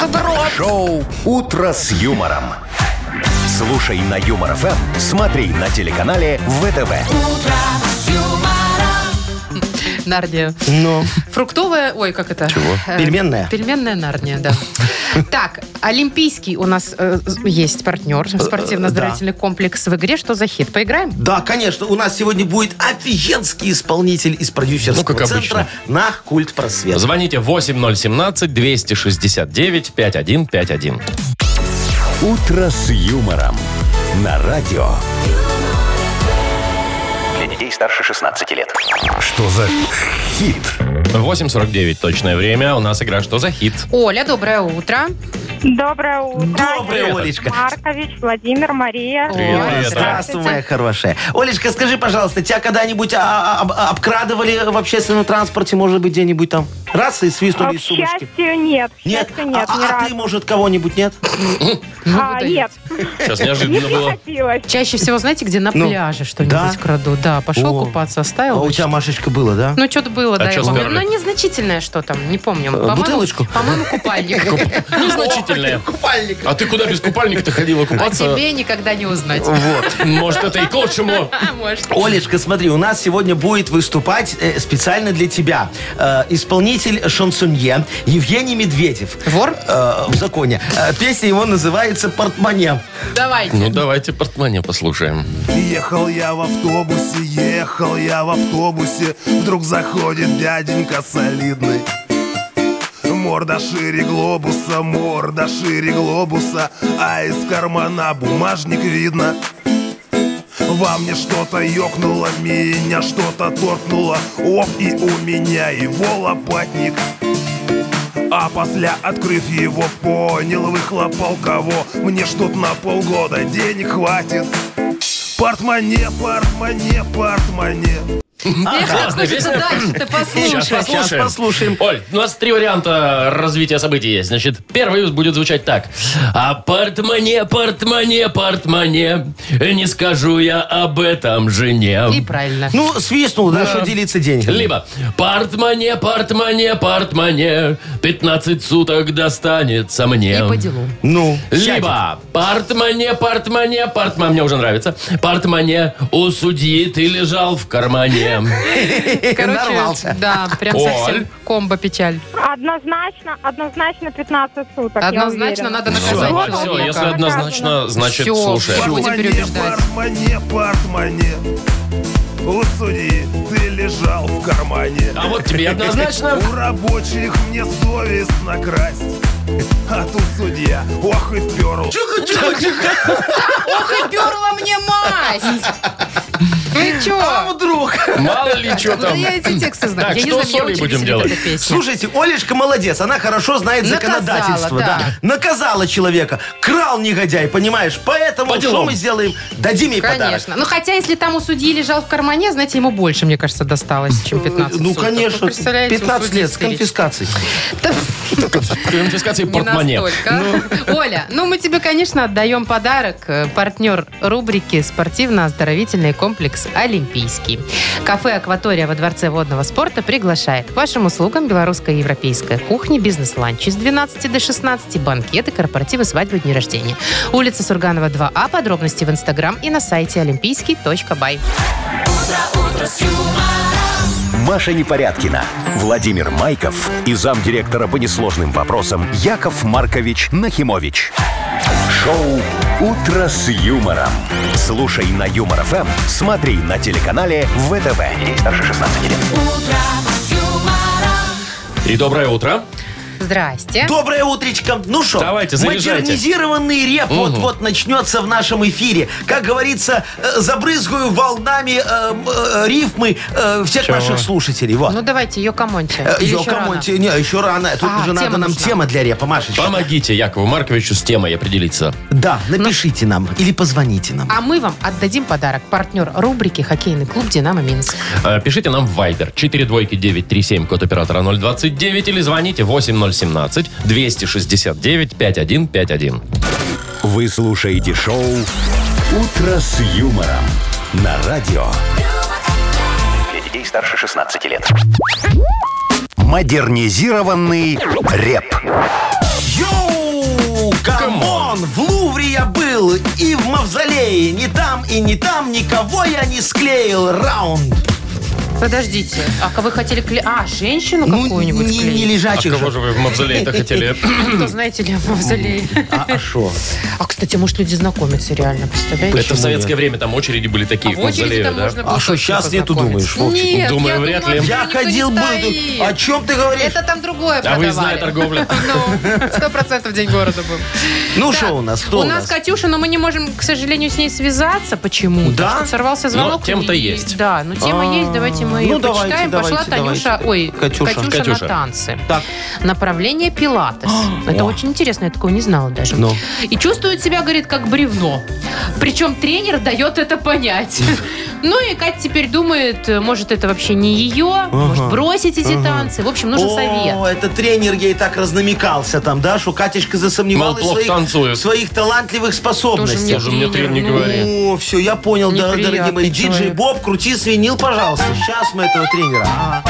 Speaker 1: Шоу «Утро с юмором». Слушай на Юмор ФМ, смотри на телеканале ВТВ.
Speaker 3: Нарния.
Speaker 4: Ну,
Speaker 3: Фруктовая, ой, как это? Чего?
Speaker 4: Пельменная?
Speaker 3: Пельменная нарния, да. Так, олимпийский у нас э, есть партнер, спортивно-оздоровительный комплекс в игре. Что за хит? Поиграем?
Speaker 4: да, конечно. У нас сегодня будет офигенский исполнитель из продюсерского
Speaker 2: Ну, как
Speaker 4: центра
Speaker 2: обычно.
Speaker 4: на Культ Просвет.
Speaker 2: Звоните восемь ноль семнадцать двести шестьдесят девять пятьдесят один пятьдесят один.
Speaker 1: «Утро с юмором» на радио.
Speaker 7: Для детей старше шестнадцати лет.
Speaker 1: Что за хит?
Speaker 2: восемь сорок девять точное время. У нас игра «Что за хит?».
Speaker 3: Оля, доброе утро.
Speaker 6: Доброе утро.
Speaker 4: Доброе,
Speaker 2: Привет.
Speaker 4: Олечка.
Speaker 6: Маркович, Владимир, Мария.
Speaker 2: Привет,
Speaker 3: Ой,
Speaker 2: привет.
Speaker 4: Здравствуй, моя хорошая. Олечка, скажи, пожалуйста, тебя когда-нибудь а, а, об- обкрадывали в общественном транспорте, может быть, где-нибудь там? Раз и свистнули из
Speaker 6: К
Speaker 4: сумочки?
Speaker 6: счастью, нет. К
Speaker 4: Нет?
Speaker 6: счастью, нет,
Speaker 4: а,
Speaker 6: ни
Speaker 4: а
Speaker 6: разу.
Speaker 4: ты, может, кого-нибудь нет?
Speaker 6: А,
Speaker 3: да
Speaker 6: нет,
Speaker 2: Сейчас
Speaker 6: не
Speaker 2: неожиданно было.
Speaker 6: приходилось.
Speaker 3: Чаще всего, знаете, где на
Speaker 4: Ну,
Speaker 3: пляже что-нибудь
Speaker 4: да?
Speaker 3: крадут. Да, пошел
Speaker 4: О.
Speaker 3: купаться,
Speaker 4: А
Speaker 3: оставил.
Speaker 4: у тебя, Машечка, было, да?
Speaker 3: Ну, что-то было, да,
Speaker 2: чё
Speaker 3: я помню.
Speaker 2: сперли?
Speaker 3: Ну, незначительное что там, не помню. По-моему-
Speaker 4: бутылочку?
Speaker 3: По-моему, купальник.
Speaker 2: Незначительное.
Speaker 4: Купальник.
Speaker 2: А ты куда без купальника-то ходила
Speaker 3: А
Speaker 2: купаться?
Speaker 3: тебе никогда не узнать.
Speaker 4: Вот.
Speaker 2: Может, это и к лучшему.
Speaker 3: А, может.
Speaker 4: Олечка, смотри, у нас сегодня будет выступать э, специально для тебя э, исполнитель шансонье Евгений Медведев.
Speaker 3: Вор?
Speaker 4: Э, в законе. Э, песня его называется «Портмоне».
Speaker 3: Давайте.
Speaker 2: Ну, давайте портмоне послушаем.
Speaker 8: Ехал я в автобусе, ехал я в автобусе, вдруг заходит дяденька солидный. Морда шире глобуса, морда шире глобуса, а из кармана бумажник видно. Во мне что-то ёкнуло, меня что-то торкнуло, оп, и у меня его лопатник. А после, открыв его, понял, выхлопал кого. Мне что-то на полгода денег хватит. Портмоне, портмоне, портмоне.
Speaker 3: Мне
Speaker 2: Классная
Speaker 3: хочется
Speaker 2: песня.
Speaker 3: дальше-то послушать.
Speaker 2: Сейчас послушаем.
Speaker 4: Сейчас послушаем.
Speaker 2: Оль, у нас три варианта развития событий есть. Значит, первый будет звучать так. А портмоне, портмоне, портмоне, не скажу я об этом жене.
Speaker 3: И правильно.
Speaker 4: Ну, свистнул, да, что делиться деньгами.
Speaker 2: Либо портмоне, портмоне, портмоне, пятнадцать суток достанется мне.
Speaker 3: И по делу.
Speaker 4: Ну, сядет.
Speaker 2: Либо портмоне, портмоне, портмоне, мне уже нравится. Портмоне у судьи ты лежал в кармане.
Speaker 3: Короче,
Speaker 4: Нарвался.
Speaker 3: да, прям
Speaker 2: Оль.
Speaker 3: совсем комбо печаль.
Speaker 6: Однозначно, однозначно пятнадцать суток. я
Speaker 3: Однозначно
Speaker 6: уверена.
Speaker 3: надо
Speaker 2: Все,
Speaker 3: наказать
Speaker 2: все,
Speaker 3: человека.
Speaker 2: если однозначно, значит,
Speaker 3: Всё,
Speaker 2: слушаем.
Speaker 3: всё. Будем переубеждать.
Speaker 8: портмоне, портмоне. У судьи ты лежал в кармане.
Speaker 2: А вот тебе однозначно.
Speaker 8: У рабочих мне совестно красть. А тут судья, ох и перл.
Speaker 3: Ох, и перла мне масть! Ну и чё?
Speaker 4: А вдруг?
Speaker 2: Мало ли что
Speaker 3: Ну,
Speaker 2: там.
Speaker 3: я эти тексты знаю.
Speaker 2: Так,
Speaker 3: Я не
Speaker 2: что
Speaker 3: знаю,
Speaker 2: с
Speaker 3: мне
Speaker 2: Олей
Speaker 3: очень
Speaker 2: будем
Speaker 3: веселит
Speaker 2: делать?
Speaker 3: эта песня.
Speaker 4: Слушайте, Олечка молодец, она хорошо знает
Speaker 3: Наказала,
Speaker 4: законодательство.
Speaker 3: да.
Speaker 4: Наказала человека. Крал негодяй, понимаешь? Поэтому
Speaker 2: По
Speaker 4: что
Speaker 2: делам.
Speaker 4: мы сделаем? Дадим ей подарок.
Speaker 3: Конечно. Ну, хотя, если там у судьи лежал в кармане, знаете, ему больше, мне кажется, досталось, чем пятнадцать
Speaker 4: Ну,
Speaker 3: суток.
Speaker 4: конечно,
Speaker 3: Вы представляете, у
Speaker 4: пятнадцать
Speaker 3: судьи
Speaker 4: лет с
Speaker 3: старик.
Speaker 4: конфискацией.
Speaker 3: Да,
Speaker 2: Конфискации
Speaker 3: не
Speaker 2: портмоне.
Speaker 3: настолько. Оля, ну мы тебе, конечно, отдаем подарок. Э, Партнер рубрики «Спортивно-оздоровительный комплекс Олимпийский». Кафе «Акватория» во Дворце водного спорта приглашает к вашим услугам белорусская и европейская кухня, бизнес-ланчи с двенадцати до шестнадцати, банкеты, корпоративы, свадьбы, дни рождения. Улица Сурганова, два А. Подробности в Инстаграм и на сайте олимпийский точка бай.
Speaker 1: Маша Непорядкина, Владимир Майков и замдиректора по несложным вопросам Яков Маркович Нахимович. Шоу «Утро с юмором». Слушай на Юмор ФМ, смотри на телеканале ВТВ. Ей старше шестнадцати лет.
Speaker 2: И доброе утро.
Speaker 3: Здрасте.
Speaker 4: Доброе утречко. Ну что,
Speaker 2: Давайте, заряжайте.
Speaker 4: модернизированный реп вот-вот начнется в нашем эфире. Как говорится, э, забрызгаю волнами э, э, рифмы э, всех
Speaker 2: Чего?
Speaker 4: наших слушателей. Вот.
Speaker 3: Ну давайте, ее комонте.
Speaker 4: Э,
Speaker 3: Или
Speaker 4: ё,
Speaker 3: еще
Speaker 4: кому
Speaker 3: рано?
Speaker 4: те- Не, еще рано. Тут
Speaker 3: А,
Speaker 4: уже
Speaker 3: тема
Speaker 4: надо нам
Speaker 3: нужна.
Speaker 4: тема для репа, Машечка.
Speaker 2: Помогите Якову Марковичу с темой определиться.
Speaker 4: Да, напишите нам или позвоните нам.
Speaker 3: А мы вам отдадим подарок. Партнер рубрики «Хоккейный клуб «Динамо Минск».
Speaker 2: Э, Пишите нам в Viber четыре двойки девять три семь, код оператора ноль двадцать девять, или звоните восемь ноль семнадцать двести шестьдесят девять пятьдесят один пятьдесят один.
Speaker 1: Вы слушаете шоу «Утро с юмором» на радио.
Speaker 7: Для детей старше шестнадцати лет.
Speaker 1: Модернизированный реп.
Speaker 4: Йоу, камон! В Лувре я был и в Мавзолее. Ни там и ни там никого я не склеил. Раунд.
Speaker 3: Подождите, а вы хотели клеить... А, женщину
Speaker 4: Ну,
Speaker 3: какую-нибудь
Speaker 4: не, не
Speaker 3: клеить?
Speaker 2: А
Speaker 4: лежачих
Speaker 2: кого
Speaker 4: же.
Speaker 2: же вы в мавзолее-то хотели?
Speaker 3: Кто, знаете ли, в мавзолее.
Speaker 4: А что?
Speaker 3: А, кстати, может, люди знакомятся реально, представляете?
Speaker 2: Это в советское время там очереди были такие
Speaker 3: А
Speaker 2: к
Speaker 3: в очереди
Speaker 2: мавзолею,
Speaker 3: там
Speaker 2: да?
Speaker 3: можно было
Speaker 4: А что,
Speaker 3: точно
Speaker 4: щас нету,
Speaker 3: познакомиться.
Speaker 4: думаешь, Вовчик?
Speaker 3: Нет,
Speaker 2: Думаю,
Speaker 3: я
Speaker 2: вряд
Speaker 3: думаю,
Speaker 2: ли.
Speaker 4: Я
Speaker 3: никто не
Speaker 4: ходил бы.
Speaker 3: стоит.
Speaker 4: О чем ты говоришь?
Speaker 3: Это там другое
Speaker 2: А
Speaker 3: продавали.
Speaker 2: вы знаете торговля.
Speaker 3: Ну, сто процентов день города был.
Speaker 4: Ну
Speaker 3: Так,
Speaker 4: что у нас? Кто
Speaker 3: у
Speaker 4: у
Speaker 3: нас
Speaker 4: нас?
Speaker 3: Катюша, но мы не можем, к сожалению, с ней связаться. Почему?
Speaker 4: Да?
Speaker 3: Сорвался звонок.
Speaker 2: Но тема-то
Speaker 3: и-
Speaker 2: есть.
Speaker 3: Да, ну тема
Speaker 4: А,
Speaker 3: есть, давайте мы
Speaker 4: ну,
Speaker 3: ее
Speaker 4: давайте,
Speaker 3: почитаем. Пошла
Speaker 4: давайте,
Speaker 3: Танюша,
Speaker 4: давайте.
Speaker 3: ой,
Speaker 4: Катюша.
Speaker 3: Катюша,
Speaker 2: Катюша.
Speaker 3: на танцы.
Speaker 4: Так.
Speaker 3: Направление пилатес. Это очень интересно, я такого не знала даже.
Speaker 4: Ну.
Speaker 3: И чувствует себя, говорит, как бревно. Причем тренер дает это понять. Ну и Катя теперь думает, может, это вообще не ее, может, бросить эти танцы. В общем, нужен совет.
Speaker 4: О, это тренер ей так разнамекался там, да, что Катюшка засомневалась
Speaker 2: Мол,
Speaker 4: в
Speaker 2: плохо
Speaker 4: своих,
Speaker 2: танцует.
Speaker 4: в своих талантливых способностях.
Speaker 2: Тоже мне тренер не
Speaker 3: ну,
Speaker 2: говорит.
Speaker 4: О, все, я понял, да,
Speaker 3: Неприятный
Speaker 4: дорогие мои. Диджей
Speaker 3: человек.
Speaker 4: Боб, крути свинил, пожалуйста. Сейчас мы этого тренера. Ага.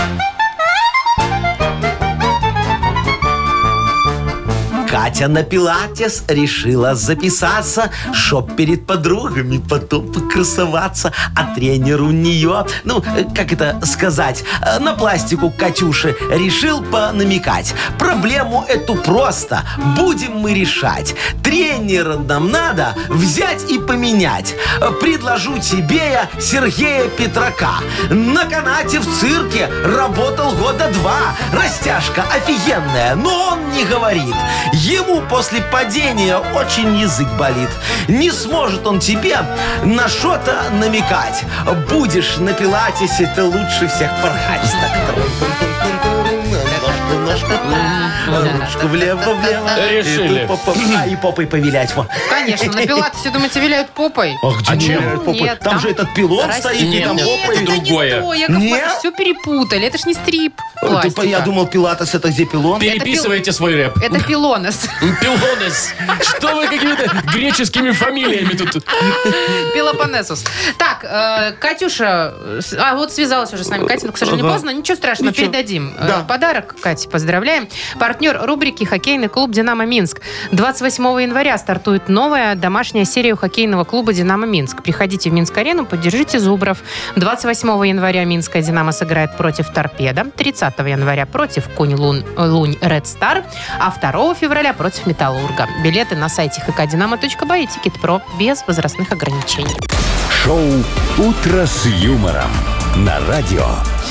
Speaker 4: Катя на пилатес решила записаться, чтоб перед подругами потом покрасоваться. А тренер у нее, ну, э, как это сказать, э, на пластику Катюши решил понамекать. Проблему эту просто будем мы решать. Тренера нам надо взять и поменять. Э, Предложу тебе я Сергея Петрака. На канате в цирке работал года два. Растяжка офигенная, но он не говорит. Ему после падения очень язык болит. Не сможет он тебе на что-то намекать. Будешь на пилатесе, ты лучше всех порхать. Так, трун-тун-тун-тун-тун. Ножку, Ручку влево, влево.
Speaker 2: Решили.
Speaker 4: И, тут поп- а, и попой повилять. Во.
Speaker 3: Конечно, на пилатесе, думаете, виляют попой?
Speaker 2: А чем?
Speaker 4: Виляют попой.
Speaker 3: Нет,
Speaker 4: там,
Speaker 3: там
Speaker 4: же этот пилон
Speaker 3: Расти-
Speaker 4: стоит, и
Speaker 2: Нет,
Speaker 4: там
Speaker 2: нет,
Speaker 4: попой.
Speaker 3: это
Speaker 2: другое.
Speaker 3: не то, Яков
Speaker 4: Нет?
Speaker 3: Маркович, все перепутали. Это ж не стрип
Speaker 4: Ты
Speaker 3: пластика.
Speaker 4: по- Я думал, пилатес это где пилон?
Speaker 2: Переписывайте свой рэп.
Speaker 3: Это пилонес.
Speaker 2: Пилонес. Что вы какими-то греческими фамилиями тут?
Speaker 3: Пелопоннесус. Так, э, Катюша, э, с- а вот связалась уже с нами Катя, но, к сожалению,
Speaker 4: Ага.
Speaker 3: поздно. Ничего страшного,
Speaker 4: Ничего.
Speaker 3: передадим э,
Speaker 4: Да.
Speaker 3: подарок. Кате, поздравляем. Партнер рубрики «Хоккейный клуб «Динамо Минск». двадцать восьмого января стартует новая домашняя серия хоккейного клуба «Динамо Минск». Приходите в Минск-арену, поддержите Зубров. двадцать восьмого января Минская «Динамо» сыграет против «Торпедо», тридцатого января против «Кунь-Лунь Лунь Ред Стар», а второго февраля против «Металлурга». Билеты на сайте эйч ка динамо точка бай и Тикет.Про без возрастных ограничений.
Speaker 1: Шоу «Утро с юмором» на радио.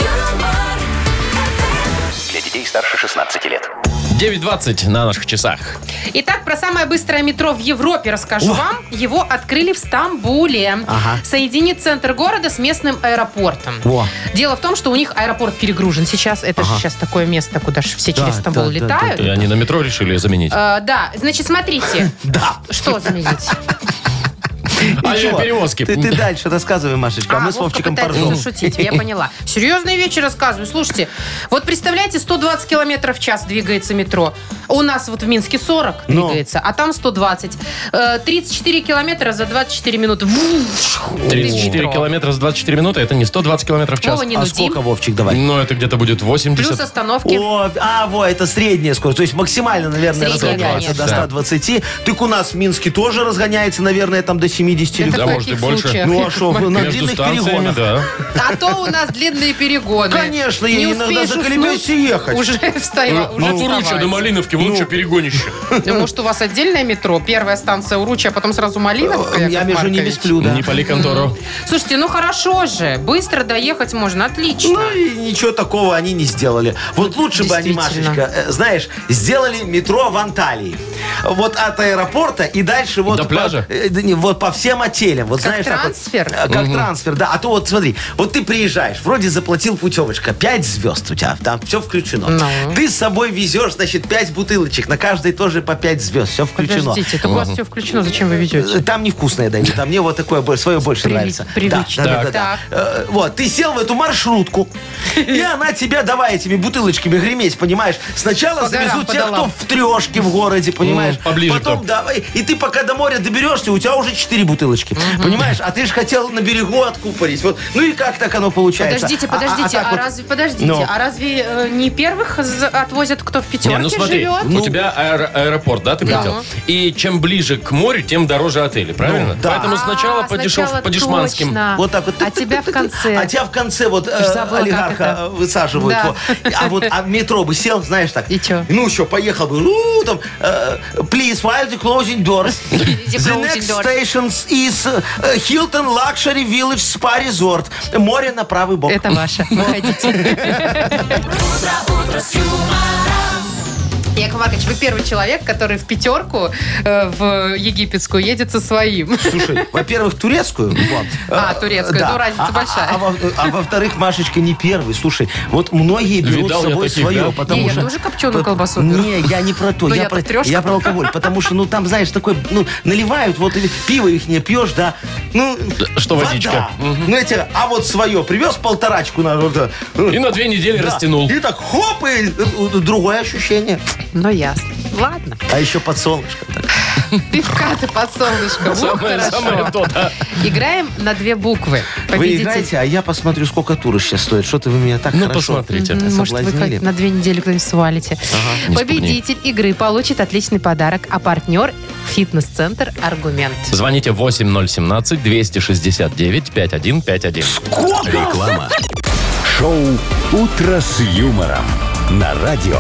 Speaker 7: Для детей старше шестнадцати лет.
Speaker 2: девять двадцать на наших часах.
Speaker 3: Итак, про самое быстрое метро в Европе расскажу вам. Его открыли в Стамбуле.
Speaker 4: Ага.
Speaker 3: Соединит центр города с местным аэропортом.
Speaker 4: Во.
Speaker 3: Дело в том, что у них аэропорт перегружен сейчас. Это же сейчас такое место, куда же все
Speaker 4: Да,
Speaker 3: через Стамбул
Speaker 4: да, да,
Speaker 3: летают.
Speaker 2: И они на метро решили заменить.
Speaker 3: Э, да, значит, смотрите.
Speaker 4: Да.
Speaker 3: Что заменить?
Speaker 2: Авиаперевозки.
Speaker 4: Ты, ты дальше рассказывай, Машечка, а мы с
Speaker 3: Вовка
Speaker 4: Вовчиком
Speaker 3: пытается
Speaker 4: поржем.
Speaker 3: зашутить, я поняла. Серьезные вещи рассказываю. Слушайте, вот представляете, сто двадцать километров в час двигается метро. У нас вот в Минске сорок
Speaker 4: Ну.
Speaker 3: двигается, а там сто двадцать. Э, тридцать четыре километра за двадцать четыре минуты.
Speaker 2: тридцать четыре
Speaker 3: Метро.
Speaker 2: километра за двадцать четыре минуты, это не сто двадцать километров в час.
Speaker 3: Вова, не
Speaker 4: А
Speaker 3: нудим.
Speaker 4: сколько, Вовчик, давай?
Speaker 2: Ну, это где-то будет
Speaker 3: Плюс
Speaker 2: восемьдесят.
Speaker 3: остановки.
Speaker 4: О, а, во, это средняя скорость. То есть максимально, наверное,
Speaker 3: Средняя,
Speaker 4: разгоняется до
Speaker 3: конечно.
Speaker 4: ста двадцати. Так у нас в Минске тоже разгоняется, наверное, там до семидесяти.
Speaker 3: Это
Speaker 4: или
Speaker 2: Да,
Speaker 3: в
Speaker 2: может,
Speaker 3: каких
Speaker 2: и больше.
Speaker 3: случаях,
Speaker 4: Ну а
Speaker 3: Яков
Speaker 4: что,
Speaker 3: Маркович?
Speaker 4: на
Speaker 2: Между
Speaker 4: длинных
Speaker 2: станциями,
Speaker 4: перегонах.
Speaker 2: да.
Speaker 3: А то у нас длинные перегоны.
Speaker 4: Конечно, я
Speaker 3: Не
Speaker 4: иногда
Speaker 3: успеешь
Speaker 4: заколебаюсь
Speaker 3: уснуть,
Speaker 4: ехать.
Speaker 3: Уже встаю, уже
Speaker 2: Ну, от Уруча
Speaker 3: вставать.
Speaker 2: до Малиновки, вон что перегонище.
Speaker 3: Да, может, у вас отдельное метро? Первая станция Уруча, а потом сразу Малиновка,
Speaker 4: Я
Speaker 3: Яков
Speaker 4: между ними
Speaker 3: Маркович?
Speaker 4: сплю, да.
Speaker 2: Не пали контору.
Speaker 3: Слушайте, ну хорошо же. Быстро доехать можно, отлично.
Speaker 4: Ну и ничего такого они не сделали. Вот лучше бы они,
Speaker 3: Действительно.
Speaker 4: Машечка, э, знаешь, сделали метро в Анталии. Вот от аэропорта и дальше вот...
Speaker 2: До
Speaker 4: по-
Speaker 2: пляжа?
Speaker 4: э, да не, вот по всем отелям. Вот,
Speaker 3: Как
Speaker 4: знаешь, так вот,
Speaker 3: трансфер?
Speaker 4: э, как трансфер, да. А то вот смотри, вот ты приезжаешь, вроде заплатил путевочка, пять звезд у тебя, там все включено.
Speaker 3: Ну.
Speaker 4: Ты с собой везешь, значит, пять бутылочек, на каждой тоже по пять звезд, все включено.
Speaker 3: Подождите, это у вас все включено, зачем вы везете?
Speaker 4: Э, Там невкусное дают, а мне вот такое бо- свое больше
Speaker 3: Привык-
Speaker 4: нравится.
Speaker 3: привычно.
Speaker 4: Да, да, да,
Speaker 3: Так.
Speaker 4: да, да. Э, Вот, ты сел в эту маршрутку, и она тебя давай этими бутылочками греметь, понимаешь? Сначала
Speaker 3: По горам,
Speaker 4: завезут
Speaker 3: по
Speaker 4: тех, кто
Speaker 3: долам.
Speaker 4: в трешке в городе, понимаешь?
Speaker 2: М, поближе
Speaker 4: Потом,
Speaker 2: кто.
Speaker 4: давай, и ты пока до моря доберешься, у тебя уже четыре бутылочки, понимаешь? А ты же хотел на берегу откупорить. Вот. Ну и как так оно получается?
Speaker 3: Подождите,
Speaker 4: А- а- а
Speaker 3: подождите, а,
Speaker 4: так вот-
Speaker 3: разве, подождите,
Speaker 4: Ну.
Speaker 3: а разве э, не первых за- отвозят, кто в пятерке
Speaker 2: Не, ну смотри,
Speaker 3: живет?
Speaker 2: у тебя аэро- аэропорт, да, ты
Speaker 3: Да.
Speaker 2: прилетел? И чем ближе к морю, тем дороже отели, правильно?
Speaker 4: Ну, да.
Speaker 2: Поэтому сначала
Speaker 3: А,
Speaker 2: по, дешев,
Speaker 3: сначала
Speaker 2: по дешманским.
Speaker 3: точно.
Speaker 4: Вот так вот.
Speaker 3: А тебя в конце.
Speaker 4: А тебя в конце вот э,
Speaker 3: Забыла, как
Speaker 4: олигарха
Speaker 3: это.
Speaker 4: высаживают.
Speaker 3: Да.
Speaker 4: вот. А вот а в метро бы сел, знаешь так.
Speaker 3: И чё?
Speaker 4: Ну что, поехал бы. Ну, там, э, please, while the closing doors.
Speaker 3: The
Speaker 4: The
Speaker 3: closing
Speaker 4: next
Speaker 3: doors.
Speaker 4: station is э, Hilton Luxury Village Spa Resort. Море на правый бок.
Speaker 3: Это ваше. Выходите. Яков Маркович, вы первый человек, который в пятерку э, в египетскую едет со своим.
Speaker 4: Слушай, во-первых, турецкую. Вот.
Speaker 3: А,
Speaker 4: Э,
Speaker 3: турецкую,
Speaker 4: да.
Speaker 3: ну, разница
Speaker 4: А- а-
Speaker 3: большая.
Speaker 4: А, во- а во-вторых, Машечка не первый. Слушай, вот многие берут
Speaker 2: Видал
Speaker 4: с
Speaker 2: я
Speaker 4: собой
Speaker 2: таких,
Speaker 4: свое,
Speaker 2: да?
Speaker 4: потому
Speaker 3: Не, я
Speaker 4: что...
Speaker 3: тоже копченую
Speaker 4: По-
Speaker 3: колбасу беру.
Speaker 4: Не, я не про то.
Speaker 3: Ну,
Speaker 4: я,
Speaker 3: я-то
Speaker 4: про,
Speaker 3: в трешку.
Speaker 4: я про алкоголь. Потому что, ну, там, знаешь, такой, ну, наливают, вот или пиво их не пьешь, да. Ну,
Speaker 2: что
Speaker 4: вода.
Speaker 2: водичка.
Speaker 4: Ну, эти, а вот свое привез полторачку на... вот, э,
Speaker 2: И на две недели
Speaker 4: да.
Speaker 2: растянул.
Speaker 4: И так хоп, и э, другое ощущение.
Speaker 3: Ну, ясно. Ладно.
Speaker 4: А еще под солнышко. так.
Speaker 3: Пивка-то под солнышком. Вот
Speaker 2: Самое, самое
Speaker 3: хорошо.
Speaker 2: то, да.
Speaker 3: Играем на две буквы.
Speaker 4: Вы
Speaker 3: Победитель.
Speaker 4: играете, а я посмотрю, сколько туры сейчас стоит. Что-то вы меня так
Speaker 2: Ну,
Speaker 4: хорошо...
Speaker 2: посмотрите.
Speaker 3: М, Может, вы
Speaker 4: соблазнили.
Speaker 3: хоть на две недели кто-нибудь свалите.
Speaker 2: не
Speaker 3: Победитель игры получит отличный подарок, а партнер – фитнес-центр «Аргумент».
Speaker 2: Звоните восемь ноль семнадцать двести шестьдесят девять пятьдесят один пятьдесят один.
Speaker 1: Реклама. Шоу «Утро с юмором» на радио.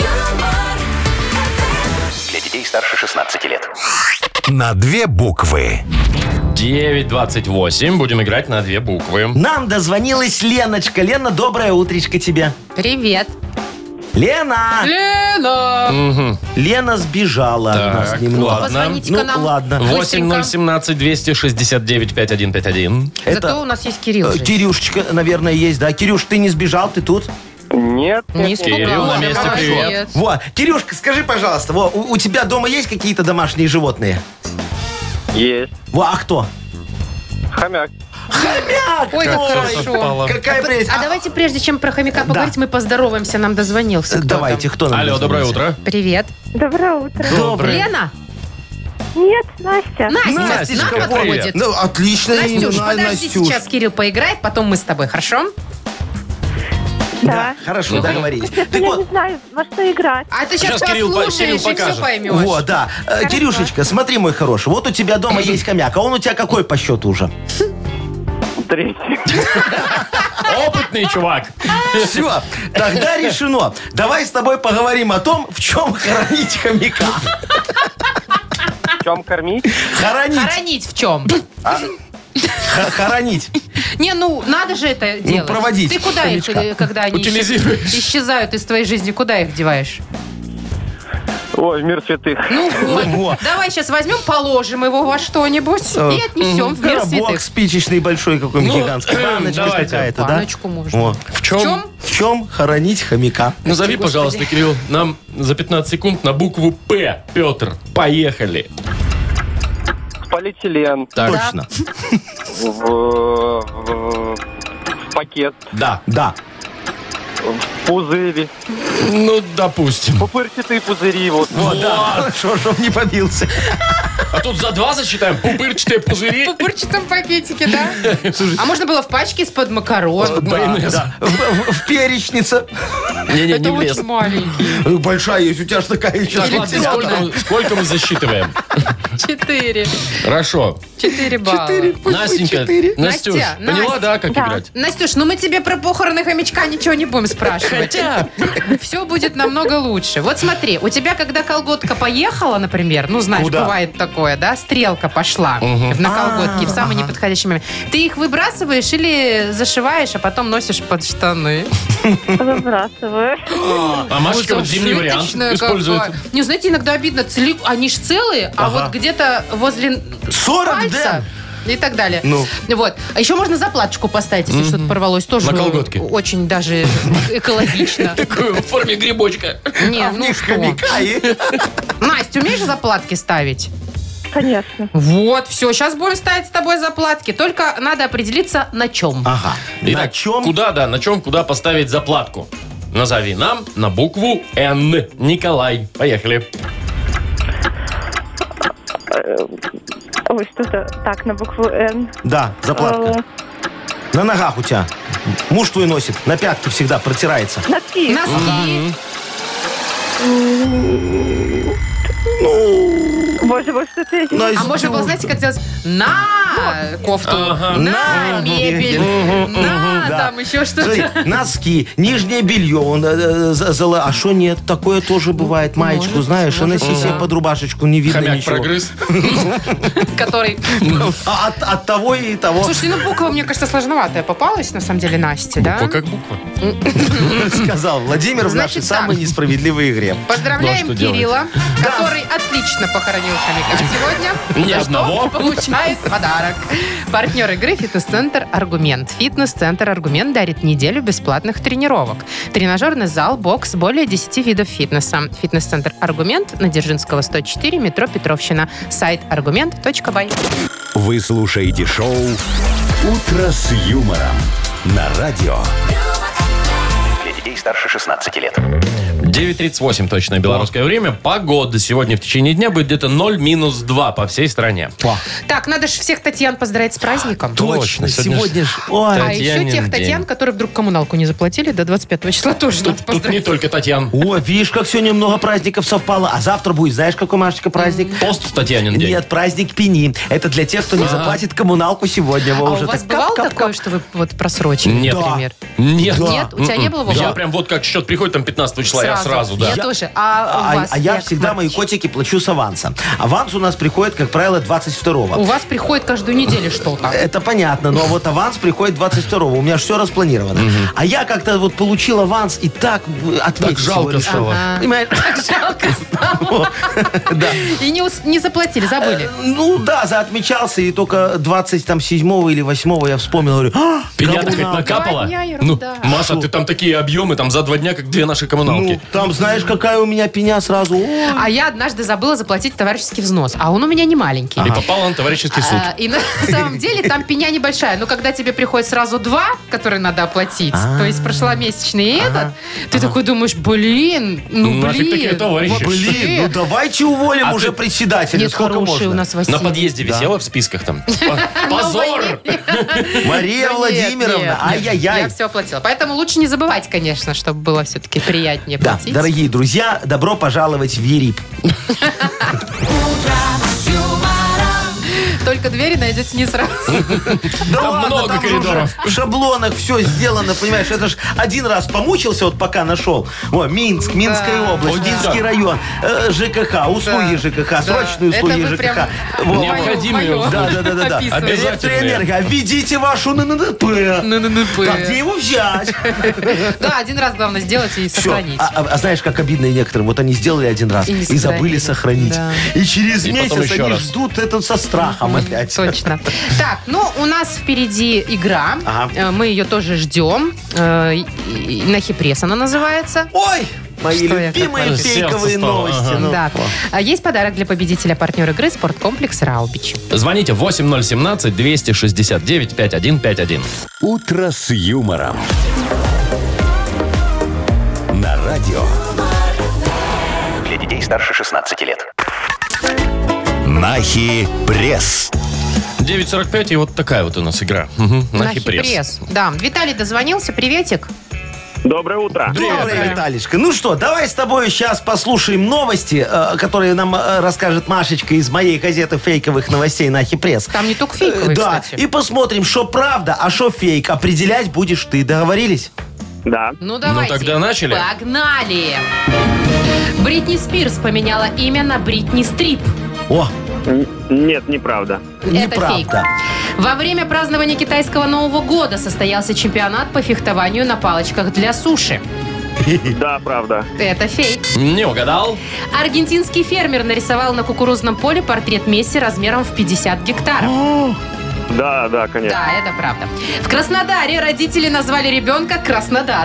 Speaker 7: Для детей старше шестнадцати лет.
Speaker 1: На две буквы.
Speaker 2: девять двадцать восемь. Будем играть на две буквы.
Speaker 4: Нам дозвонилась Леночка. Лена, доброе утречко тебе.
Speaker 3: Привет.
Speaker 4: Лена!
Speaker 3: Лена!
Speaker 4: Лена сбежала от нас
Speaker 2: Так,
Speaker 4: немного.
Speaker 2: ладно.
Speaker 3: Позвоните-ка
Speaker 4: Ну,
Speaker 3: нам.
Speaker 4: ладно.
Speaker 2: восемь ноль семнадцать двести шестьдесят девять пятьдесят один пятьдесят один.
Speaker 3: Зато у нас есть Кирилл.
Speaker 4: э,
Speaker 3: же.
Speaker 4: Кирюшечка, наверное, есть, да? Кирюш, ты не сбежал, ты тут?
Speaker 5: Нет,
Speaker 3: Не
Speaker 5: нет, нет.
Speaker 2: Кирилл на
Speaker 3: испугался.
Speaker 2: месте, привет.
Speaker 3: Молодец.
Speaker 4: Во, Кирюшка, скажи, пожалуйста, во, у, у тебя дома есть какие-то домашние животные?
Speaker 5: Есть.
Speaker 4: Во, а кто?
Speaker 5: Хомяк.
Speaker 4: Хомяк!
Speaker 3: Ой, как
Speaker 4: Ой,
Speaker 3: хорошо.
Speaker 2: совпало.
Speaker 4: Какая прелесть.
Speaker 3: А давайте, прежде чем про хомяка поговорить, мы поздороваемся. Нам дозвонился кто-то.
Speaker 4: Давайте, кто нам
Speaker 2: Алло, доброе
Speaker 4: дозвонился?
Speaker 2: утро.
Speaker 3: Привет.
Speaker 6: Доброе утро.
Speaker 2: Доброе.
Speaker 3: Лена?
Speaker 6: Нет, Настя.
Speaker 3: Настя,
Speaker 4: Настечка,
Speaker 3: нам
Speaker 2: привет.
Speaker 3: подходит.
Speaker 4: Ну, отлично.
Speaker 3: Настюш,
Speaker 4: имя,
Speaker 3: подожди,
Speaker 4: Настюш.
Speaker 3: сейчас Кирилл поиграет, потом мы с тобой, хорошо?
Speaker 4: Да, хорошо, договорились. Так
Speaker 6: Я не
Speaker 4: вот,
Speaker 6: знаю, во что играть.
Speaker 3: А ты сейчас
Speaker 2: Сейчас Кирилл по-
Speaker 3: послушаешь
Speaker 2: Кирилл
Speaker 3: и все
Speaker 2: покажет.
Speaker 3: поймешь.
Speaker 4: вот, да. Э, Кирюшечка, смотри, мой хороший, вот у тебя дома есть хомяк, а он у тебя какой по счету уже?
Speaker 5: Третий.
Speaker 2: Опытный чувак.
Speaker 4: Все, тогда решено. Давай с тобой поговорим о том, в чем хоронить хомяка.
Speaker 5: В чем кормить?
Speaker 4: Хоронить.
Speaker 3: Хоронить в чем?
Speaker 4: Х- Хоронить.
Speaker 3: Не, ну, надо же это делать.
Speaker 4: проводить
Speaker 3: Ты куда их,
Speaker 4: хомячка.
Speaker 3: э, когда они
Speaker 2: Утилизируешь.
Speaker 3: исчез- исчезают из твоей жизни, куда их деваешь?
Speaker 5: Ой, в мир святых.
Speaker 3: Ну вот,
Speaker 4: Во.
Speaker 3: давай сейчас возьмем, положим его во что-нибудь и отнесем в мир
Speaker 4: Коробок
Speaker 3: святых.
Speaker 4: спичечный большой какой-нибудь,
Speaker 2: Ну,
Speaker 4: гигантский. Баночка
Speaker 2: давайте.
Speaker 4: какая-то, да?
Speaker 3: Баночку можно.
Speaker 4: Во.
Speaker 2: В чем?
Speaker 3: В чем?
Speaker 4: В чем хоронить хомяка?
Speaker 2: Назови, пожалуйста, Кирилл, нам за пятнадцать секунд на букву П. Петр. Поехали.
Speaker 5: Полиэтилен.
Speaker 2: Так.
Speaker 4: Точно.
Speaker 5: В, в- в пакет.
Speaker 2: Да.
Speaker 4: Да.
Speaker 5: В пузыри.
Speaker 2: Ну, допустим.
Speaker 5: Пупырчатые пузыри. Вот.
Speaker 4: Вот, да. Хорошо, чтоб не побился.
Speaker 2: А тут за два засчитаем. Пупырчатые пузыри.
Speaker 3: В пупырчатом пакетике, да? А можно было в пачке из-под макарон.
Speaker 2: Майонез.
Speaker 4: Да. В, в- в перечнице.
Speaker 2: Не-не,
Speaker 3: Это
Speaker 2: не влез.
Speaker 3: очень маленький.
Speaker 4: Э, Большая есть, у тебя ж такая еще.
Speaker 2: Так, ладно, сколько, мы- сколько мы засчитываем?
Speaker 3: Четыре.
Speaker 2: Хорошо.
Speaker 3: Четыре балла.
Speaker 2: Настенька,
Speaker 4: четыре.
Speaker 2: Настюш,
Speaker 3: Настя,
Speaker 2: поняла,
Speaker 3: Настя.
Speaker 2: да, как
Speaker 6: Да.
Speaker 2: играть?
Speaker 3: Настюш, ну мы тебе про похороны хомячка ничего не будем спрашивать.
Speaker 2: Хотя,
Speaker 3: Все будет намного лучше. Вот смотри, у тебя, когда колготка поехала, например, ну, знаешь,
Speaker 4: Куда?
Speaker 3: бывает такое, да, стрелка пошла в- на колготки в самый неподходящий момент. Ты их выбрасываешь или зашиваешь, а потом носишь под штаны?
Speaker 6: Выбрасываю.
Speaker 2: а Машечка вот зимний вариант
Speaker 3: Зажиточная
Speaker 2: использует.
Speaker 3: какая. Не, знаете, иногда обидно, цели- они ж целые, а вот где-то возле
Speaker 4: сорок
Speaker 3: пальца и так далее.
Speaker 4: Ну.
Speaker 3: Вот. А еще можно заплаточку поставить, если что-то порвалось. Тоже
Speaker 2: На колготки.
Speaker 3: очень даже экологично.
Speaker 2: Такую в форме грибочка.
Speaker 3: Не,
Speaker 4: в
Speaker 3: ну
Speaker 4: них
Speaker 3: что.
Speaker 4: хомяка и...
Speaker 3: Настя, умеешь заплатки ставить?
Speaker 6: Конечно.
Speaker 3: Вот, все, сейчас будем ставить с тобой заплатки. Только надо определиться, на чем.
Speaker 4: Ага. На
Speaker 2: Итак,
Speaker 4: чем?
Speaker 2: Куда, да, на чем, куда поставить заплатку? Назови нам на букву Н. Николай. Поехали.
Speaker 6: Ой, что-то так, на букву Н.
Speaker 4: Да, заплатка. На ногах у тебя. Муж твой носит. На пятки всегда протирается.
Speaker 6: Э, Носки.
Speaker 3: Носки.
Speaker 6: Боже мой, что ты...
Speaker 3: А можно было, знаете, как делать? На кофту,
Speaker 2: Ага.
Speaker 3: на
Speaker 4: Мгм.
Speaker 3: мебель,
Speaker 4: Мгм.
Speaker 3: на
Speaker 4: Да.
Speaker 3: там еще
Speaker 4: Смотри,
Speaker 3: что-то.
Speaker 4: носки, нижнее белье, он, э, э, за- зала- а что нет, такое тоже бывает, маечку,
Speaker 3: может,
Speaker 4: знаешь, и
Speaker 3: может,
Speaker 4: носи себе
Speaker 3: да.
Speaker 4: под рубашечку, не видно
Speaker 2: Хомяк
Speaker 4: ничего.
Speaker 2: прогрыз.
Speaker 3: Который...
Speaker 4: А от, от того и того
Speaker 3: Слушайте, ну буква, мне кажется, сложноватая попалась, на самом деле, Насте, да?
Speaker 2: Буква как буква.
Speaker 4: сказал Владимир в
Speaker 3: Значит
Speaker 4: нашей самой
Speaker 3: так.
Speaker 4: несправедливой игре.
Speaker 3: Поздравляем
Speaker 2: Ну, а что
Speaker 3: Кирилла, который отлично похоронил хомяка сегодня.
Speaker 2: Ни
Speaker 3: за
Speaker 2: одного.
Speaker 3: что получает подарок. Партнер игры «Фитнес-центр Аргумент». «Фитнес-центр Аргумент» дарит неделю бесплатных тренировок. Тренажерный зал, бокс, более десяти видов фитнеса. «Фитнес-центр Аргумент» на Дзержинского, сто четыре, метро Петровщина. Сайт аргумент точка бай.
Speaker 1: Вы слушаете шоу «Утро с юмором» на радио.
Speaker 7: Для детей старше шестнадцати лет.
Speaker 2: девять тридцать восемь точное белорусское время. Погода сегодня в течение дня будет где-то ноль минус два по всей стране.
Speaker 3: Так, надо же всех Татьян поздравить с праздником.
Speaker 2: Точно, сегодня
Speaker 4: сегодня
Speaker 2: ж-
Speaker 4: ж... Ой.
Speaker 3: А еще
Speaker 2: Татьянин
Speaker 3: тех
Speaker 2: день.
Speaker 3: Татьян, которые вдруг коммуналку не заплатили до двадцать пятого числа, тоже надо
Speaker 2: Тут, тут не
Speaker 3: поздравить.
Speaker 2: только Татьян.
Speaker 4: О, видишь, как сегодня много праздников совпало. А завтра будет, знаешь, какой, Машечка, праздник?
Speaker 2: Пост Татьянин день.
Speaker 4: Нет, праздник Пени. Это для тех, кто не заплатит коммуналку сегодня. Во,
Speaker 3: А
Speaker 4: уже
Speaker 3: у вас
Speaker 4: так
Speaker 3: бывало
Speaker 4: кап-кап-кап.
Speaker 3: такое, что вы вот просрочили,
Speaker 2: Нет.
Speaker 3: например?
Speaker 2: Нет.
Speaker 3: Нет? У тебя не было, Вова?
Speaker 2: Я прям вот как счет приходит там пятнадцатого числа, я сразу, да.
Speaker 3: Я тоже. А у
Speaker 4: А,
Speaker 3: вас,
Speaker 4: а я
Speaker 3: Яков
Speaker 4: всегда мои
Speaker 3: Маркович?
Speaker 4: котики плачу с аванса. Аванс у нас приходит, как правило, двадцать второго.
Speaker 3: У вас приходит каждую неделю что-то.
Speaker 4: Это понятно, но вот аванс приходит двадцать второго. У меня все распланировано. А я как-то вот получил аванс и так ответить.
Speaker 2: Так жалко стало.
Speaker 3: Ага.
Speaker 4: Понимаешь?
Speaker 3: Жалко стало.
Speaker 4: Да.
Speaker 3: И не, ус- не заплатили, забыли.
Speaker 4: Ну да, заотмечался, и только двадцать седьмого или восьмого я вспомнил, говорю, «А,
Speaker 2: Пенята хоть
Speaker 4: коммуналка».
Speaker 2: накапала?
Speaker 3: Двойня
Speaker 2: Ну,
Speaker 3: ерунда.
Speaker 2: Маша, ты там такие объемы, там за два дня, как две наши коммуналки.
Speaker 4: Ну, там знаешь, какая у меня пеня сразу. Ой.
Speaker 3: А я однажды забыла заплатить товарищеский взнос, а он у меня не маленький.
Speaker 2: И попал на товарищеский суд.
Speaker 3: А, и на самом деле там пеня небольшая. Но когда тебе приходит сразу два, которые надо оплатить, то есть прошломесячный и этот, ты такой думаешь, блин, ну
Speaker 2: Нафиг такие
Speaker 3: блин.
Speaker 2: товарищи.
Speaker 3: вообще.
Speaker 4: Блин, ну давайте уволим
Speaker 2: А
Speaker 4: уже
Speaker 2: ты-
Speaker 4: председателя.
Speaker 3: Нет,
Speaker 4: Сколько
Speaker 3: хороший
Speaker 4: можно?
Speaker 3: у нас Василий.
Speaker 2: На подъезде висела в списках там. Позор!
Speaker 4: Мария
Speaker 3: Да нет,
Speaker 4: Владимировна,
Speaker 3: нет, нет.
Speaker 4: ай-яй-яй.
Speaker 3: Я все оплатила. Поэтому лучше не забывать, конечно, чтобы было все-таки приятнее
Speaker 4: Да,
Speaker 3: платить.
Speaker 4: дорогие друзья, добро пожаловать в ЕРИП.
Speaker 3: Только двери найдете не сразу.
Speaker 4: Да
Speaker 2: Там
Speaker 4: ладно,
Speaker 2: много
Speaker 4: там же
Speaker 2: коридоров.
Speaker 4: уже в шаблонах все сделано, понимаешь? Это ж один раз помучился, вот пока нашел. О, Минск, Минская
Speaker 3: Да.
Speaker 4: область,
Speaker 2: Ой,
Speaker 4: Минский
Speaker 2: да.
Speaker 4: район, э, ЖКХ, услуги
Speaker 3: Да.
Speaker 4: ЖКХ,
Speaker 3: Да.
Speaker 4: срочные
Speaker 3: Это
Speaker 4: услуги
Speaker 3: вы прям
Speaker 4: ЖКХ. Вот.
Speaker 2: Необходимые
Speaker 3: мое-
Speaker 4: Да, да, да, да, да.
Speaker 3: описываете.
Speaker 4: Электроэнергия, введите вашу ННП.
Speaker 3: ННП.
Speaker 4: Так, где его взять?
Speaker 3: Да, один раз главное сделать и
Speaker 4: Всё.
Speaker 3: сохранить.
Speaker 4: А, а- а знаешь, как обидно некоторым? Вот они сделали один раз
Speaker 3: И
Speaker 4: и,
Speaker 3: не
Speaker 4: забыли
Speaker 3: сохранили.
Speaker 4: сохранить.
Speaker 3: Да.
Speaker 4: И через
Speaker 2: И потом
Speaker 4: месяц
Speaker 2: еще
Speaker 4: они
Speaker 2: раз.
Speaker 4: ждут это со страхом опять.
Speaker 3: Точно. Так, ну, у нас впереди игра.
Speaker 4: Ага.
Speaker 3: Э, Мы ее тоже ждем. Э, и- и- На хипресс она называется.
Speaker 4: Ой, мои
Speaker 3: Что я
Speaker 4: любимые
Speaker 2: такое?
Speaker 4: фейковые
Speaker 2: Сердце стало,
Speaker 4: новости.
Speaker 2: ага.
Speaker 4: ну.
Speaker 3: Да.
Speaker 4: О.
Speaker 3: А Есть подарок для победителя, партнер игры «Спорткомплекс Раубич».
Speaker 2: Звоните восемь ноль семнадцать двести шестьдесят девять пятьдесят один пятьдесят один.
Speaker 1: «Утро с юмором». На радио.
Speaker 7: Для детей старше шестнадцати лет.
Speaker 1: Нахи пресс.
Speaker 2: девять сорок пять, и вот такая вот у нас игра. Мгм, На хипресс.
Speaker 3: Да. Виталий дозвонился. Приветик.
Speaker 5: Доброе утро.
Speaker 4: Доброе, Виталичка. Ну что, давай с тобой сейчас послушаем новости, э, которые нам э, расскажет Машечка из моей газеты фейковых новостей на Хипресс.
Speaker 3: Там не только фейковые,
Speaker 4: Да,
Speaker 3: кстати.
Speaker 4: и посмотрим, что правда, а что фейк. Определять будешь ты. Договорились?
Speaker 5: Да.
Speaker 3: Ну, давайте.
Speaker 2: тогда начали.
Speaker 3: Погнали. Бритни Спирс поменяла имя на Бритни Стрип.
Speaker 4: О,
Speaker 5: Н- Нет, неправда.
Speaker 3: Это
Speaker 4: неправда.
Speaker 3: фейк. Во время празднования китайского Нового года состоялся чемпионат по фехтованию на палочках для суши.
Speaker 5: Да, правда.
Speaker 3: Это фейк.
Speaker 2: Не угадал.
Speaker 3: Аргентинский фермер нарисовал на кукурузном поле портрет Месси размером в пятьдесят гектаров.
Speaker 5: Да, да, конечно.
Speaker 3: Да, это правда. В Краснодаре родители назвали ребенка Краснодар.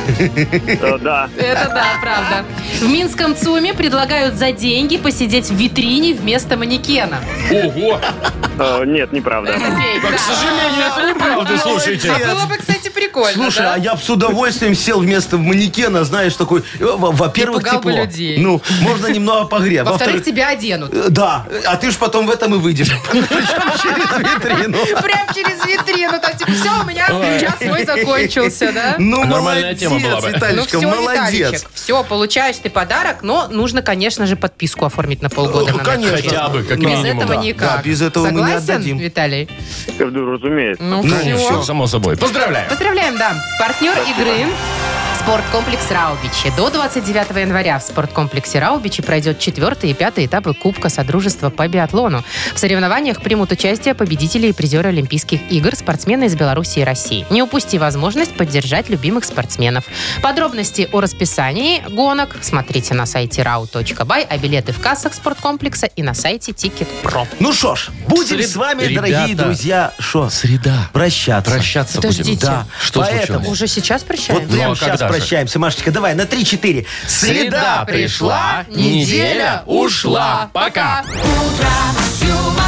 Speaker 5: Э, Да.
Speaker 3: Это да, правда. В Минском ЦУМе предлагают за деньги посидеть в витрине вместо манекена.
Speaker 2: Ого.
Speaker 5: Э, Нет, неправда.
Speaker 3: Это фейк,
Speaker 2: К
Speaker 3: да.
Speaker 2: сожалению, это неправда, слушайте.
Speaker 3: А было бы, кстати, прикольно,
Speaker 4: Слушай,
Speaker 3: да?
Speaker 4: а я бы с удовольствием сел вместо манекена, знаешь, такой, э, во- во-первых,
Speaker 3: И пугал бы
Speaker 4: тепло.
Speaker 3: людей.
Speaker 4: Ну, можно немного погреть.
Speaker 3: Во-вторых, тебя оденут.
Speaker 4: э, да, а ты ж потом в этом и выйдешь. Причем через витрину.
Speaker 3: Прям через витрину. Там типа, все, у меня час мой закончился, да?
Speaker 4: Ну,
Speaker 2: Нормальная
Speaker 4: молодец,
Speaker 2: тема была бы.
Speaker 3: Ну
Speaker 4: Виталичка,
Speaker 3: все,
Speaker 4: молодец.
Speaker 3: Виталичек, все, получаешь ты подарок, но нужно, конечно же, подписку оформить на полгода.
Speaker 4: Ну,
Speaker 3: на
Speaker 4: конечно.
Speaker 3: Нахимович.
Speaker 2: Хотя бы, как
Speaker 3: Без
Speaker 2: минимум.
Speaker 3: этого
Speaker 4: Да,
Speaker 3: никак.
Speaker 4: да, без этого мы не
Speaker 3: Согласен,
Speaker 4: отдадим.
Speaker 3: Виталий?
Speaker 5: Э, Разумеется.
Speaker 3: Ну,
Speaker 4: Ну,
Speaker 3: все.
Speaker 4: всё.
Speaker 2: Само собой. Поздравляю.
Speaker 3: Поздравляем, да. Партнер игры «Спорткомплекс Раубичи». До двадцать девятого января в спорткомплексе Раубичи пройдет четвертый и пятый этапы Кубка Содружества по биатлону. В соревнованиях примут участие победители и призеры Олимпийских игр, спортсмены из Беларуси и России. Не упусти возможность поддержать любимых спортсменов. Подробности о расписании гонок смотрите на сайте рау точка бай, а билеты в кассах спорткомплекса и на сайте Тикет.Про.
Speaker 4: Ну что ж, будем
Speaker 2: Сред-
Speaker 4: с вами,
Speaker 2: Ребята.
Speaker 4: дорогие друзья, что?
Speaker 2: Среда.
Speaker 4: Прощаться.
Speaker 2: Прощаться
Speaker 3: Подождите.
Speaker 2: будем.
Speaker 4: Да.
Speaker 2: Что
Speaker 4: Поэтому
Speaker 2: случилось?
Speaker 3: Уже сейчас
Speaker 4: Вот
Speaker 3: прощаемся?
Speaker 2: Ну,
Speaker 4: прямо
Speaker 2: а
Speaker 4: сейчас
Speaker 2: когда же?
Speaker 4: прощаемся. Машечка, давай на три-четыре.
Speaker 2: Среда пришла, неделя ушла. Пока.
Speaker 3: Утро с юмором.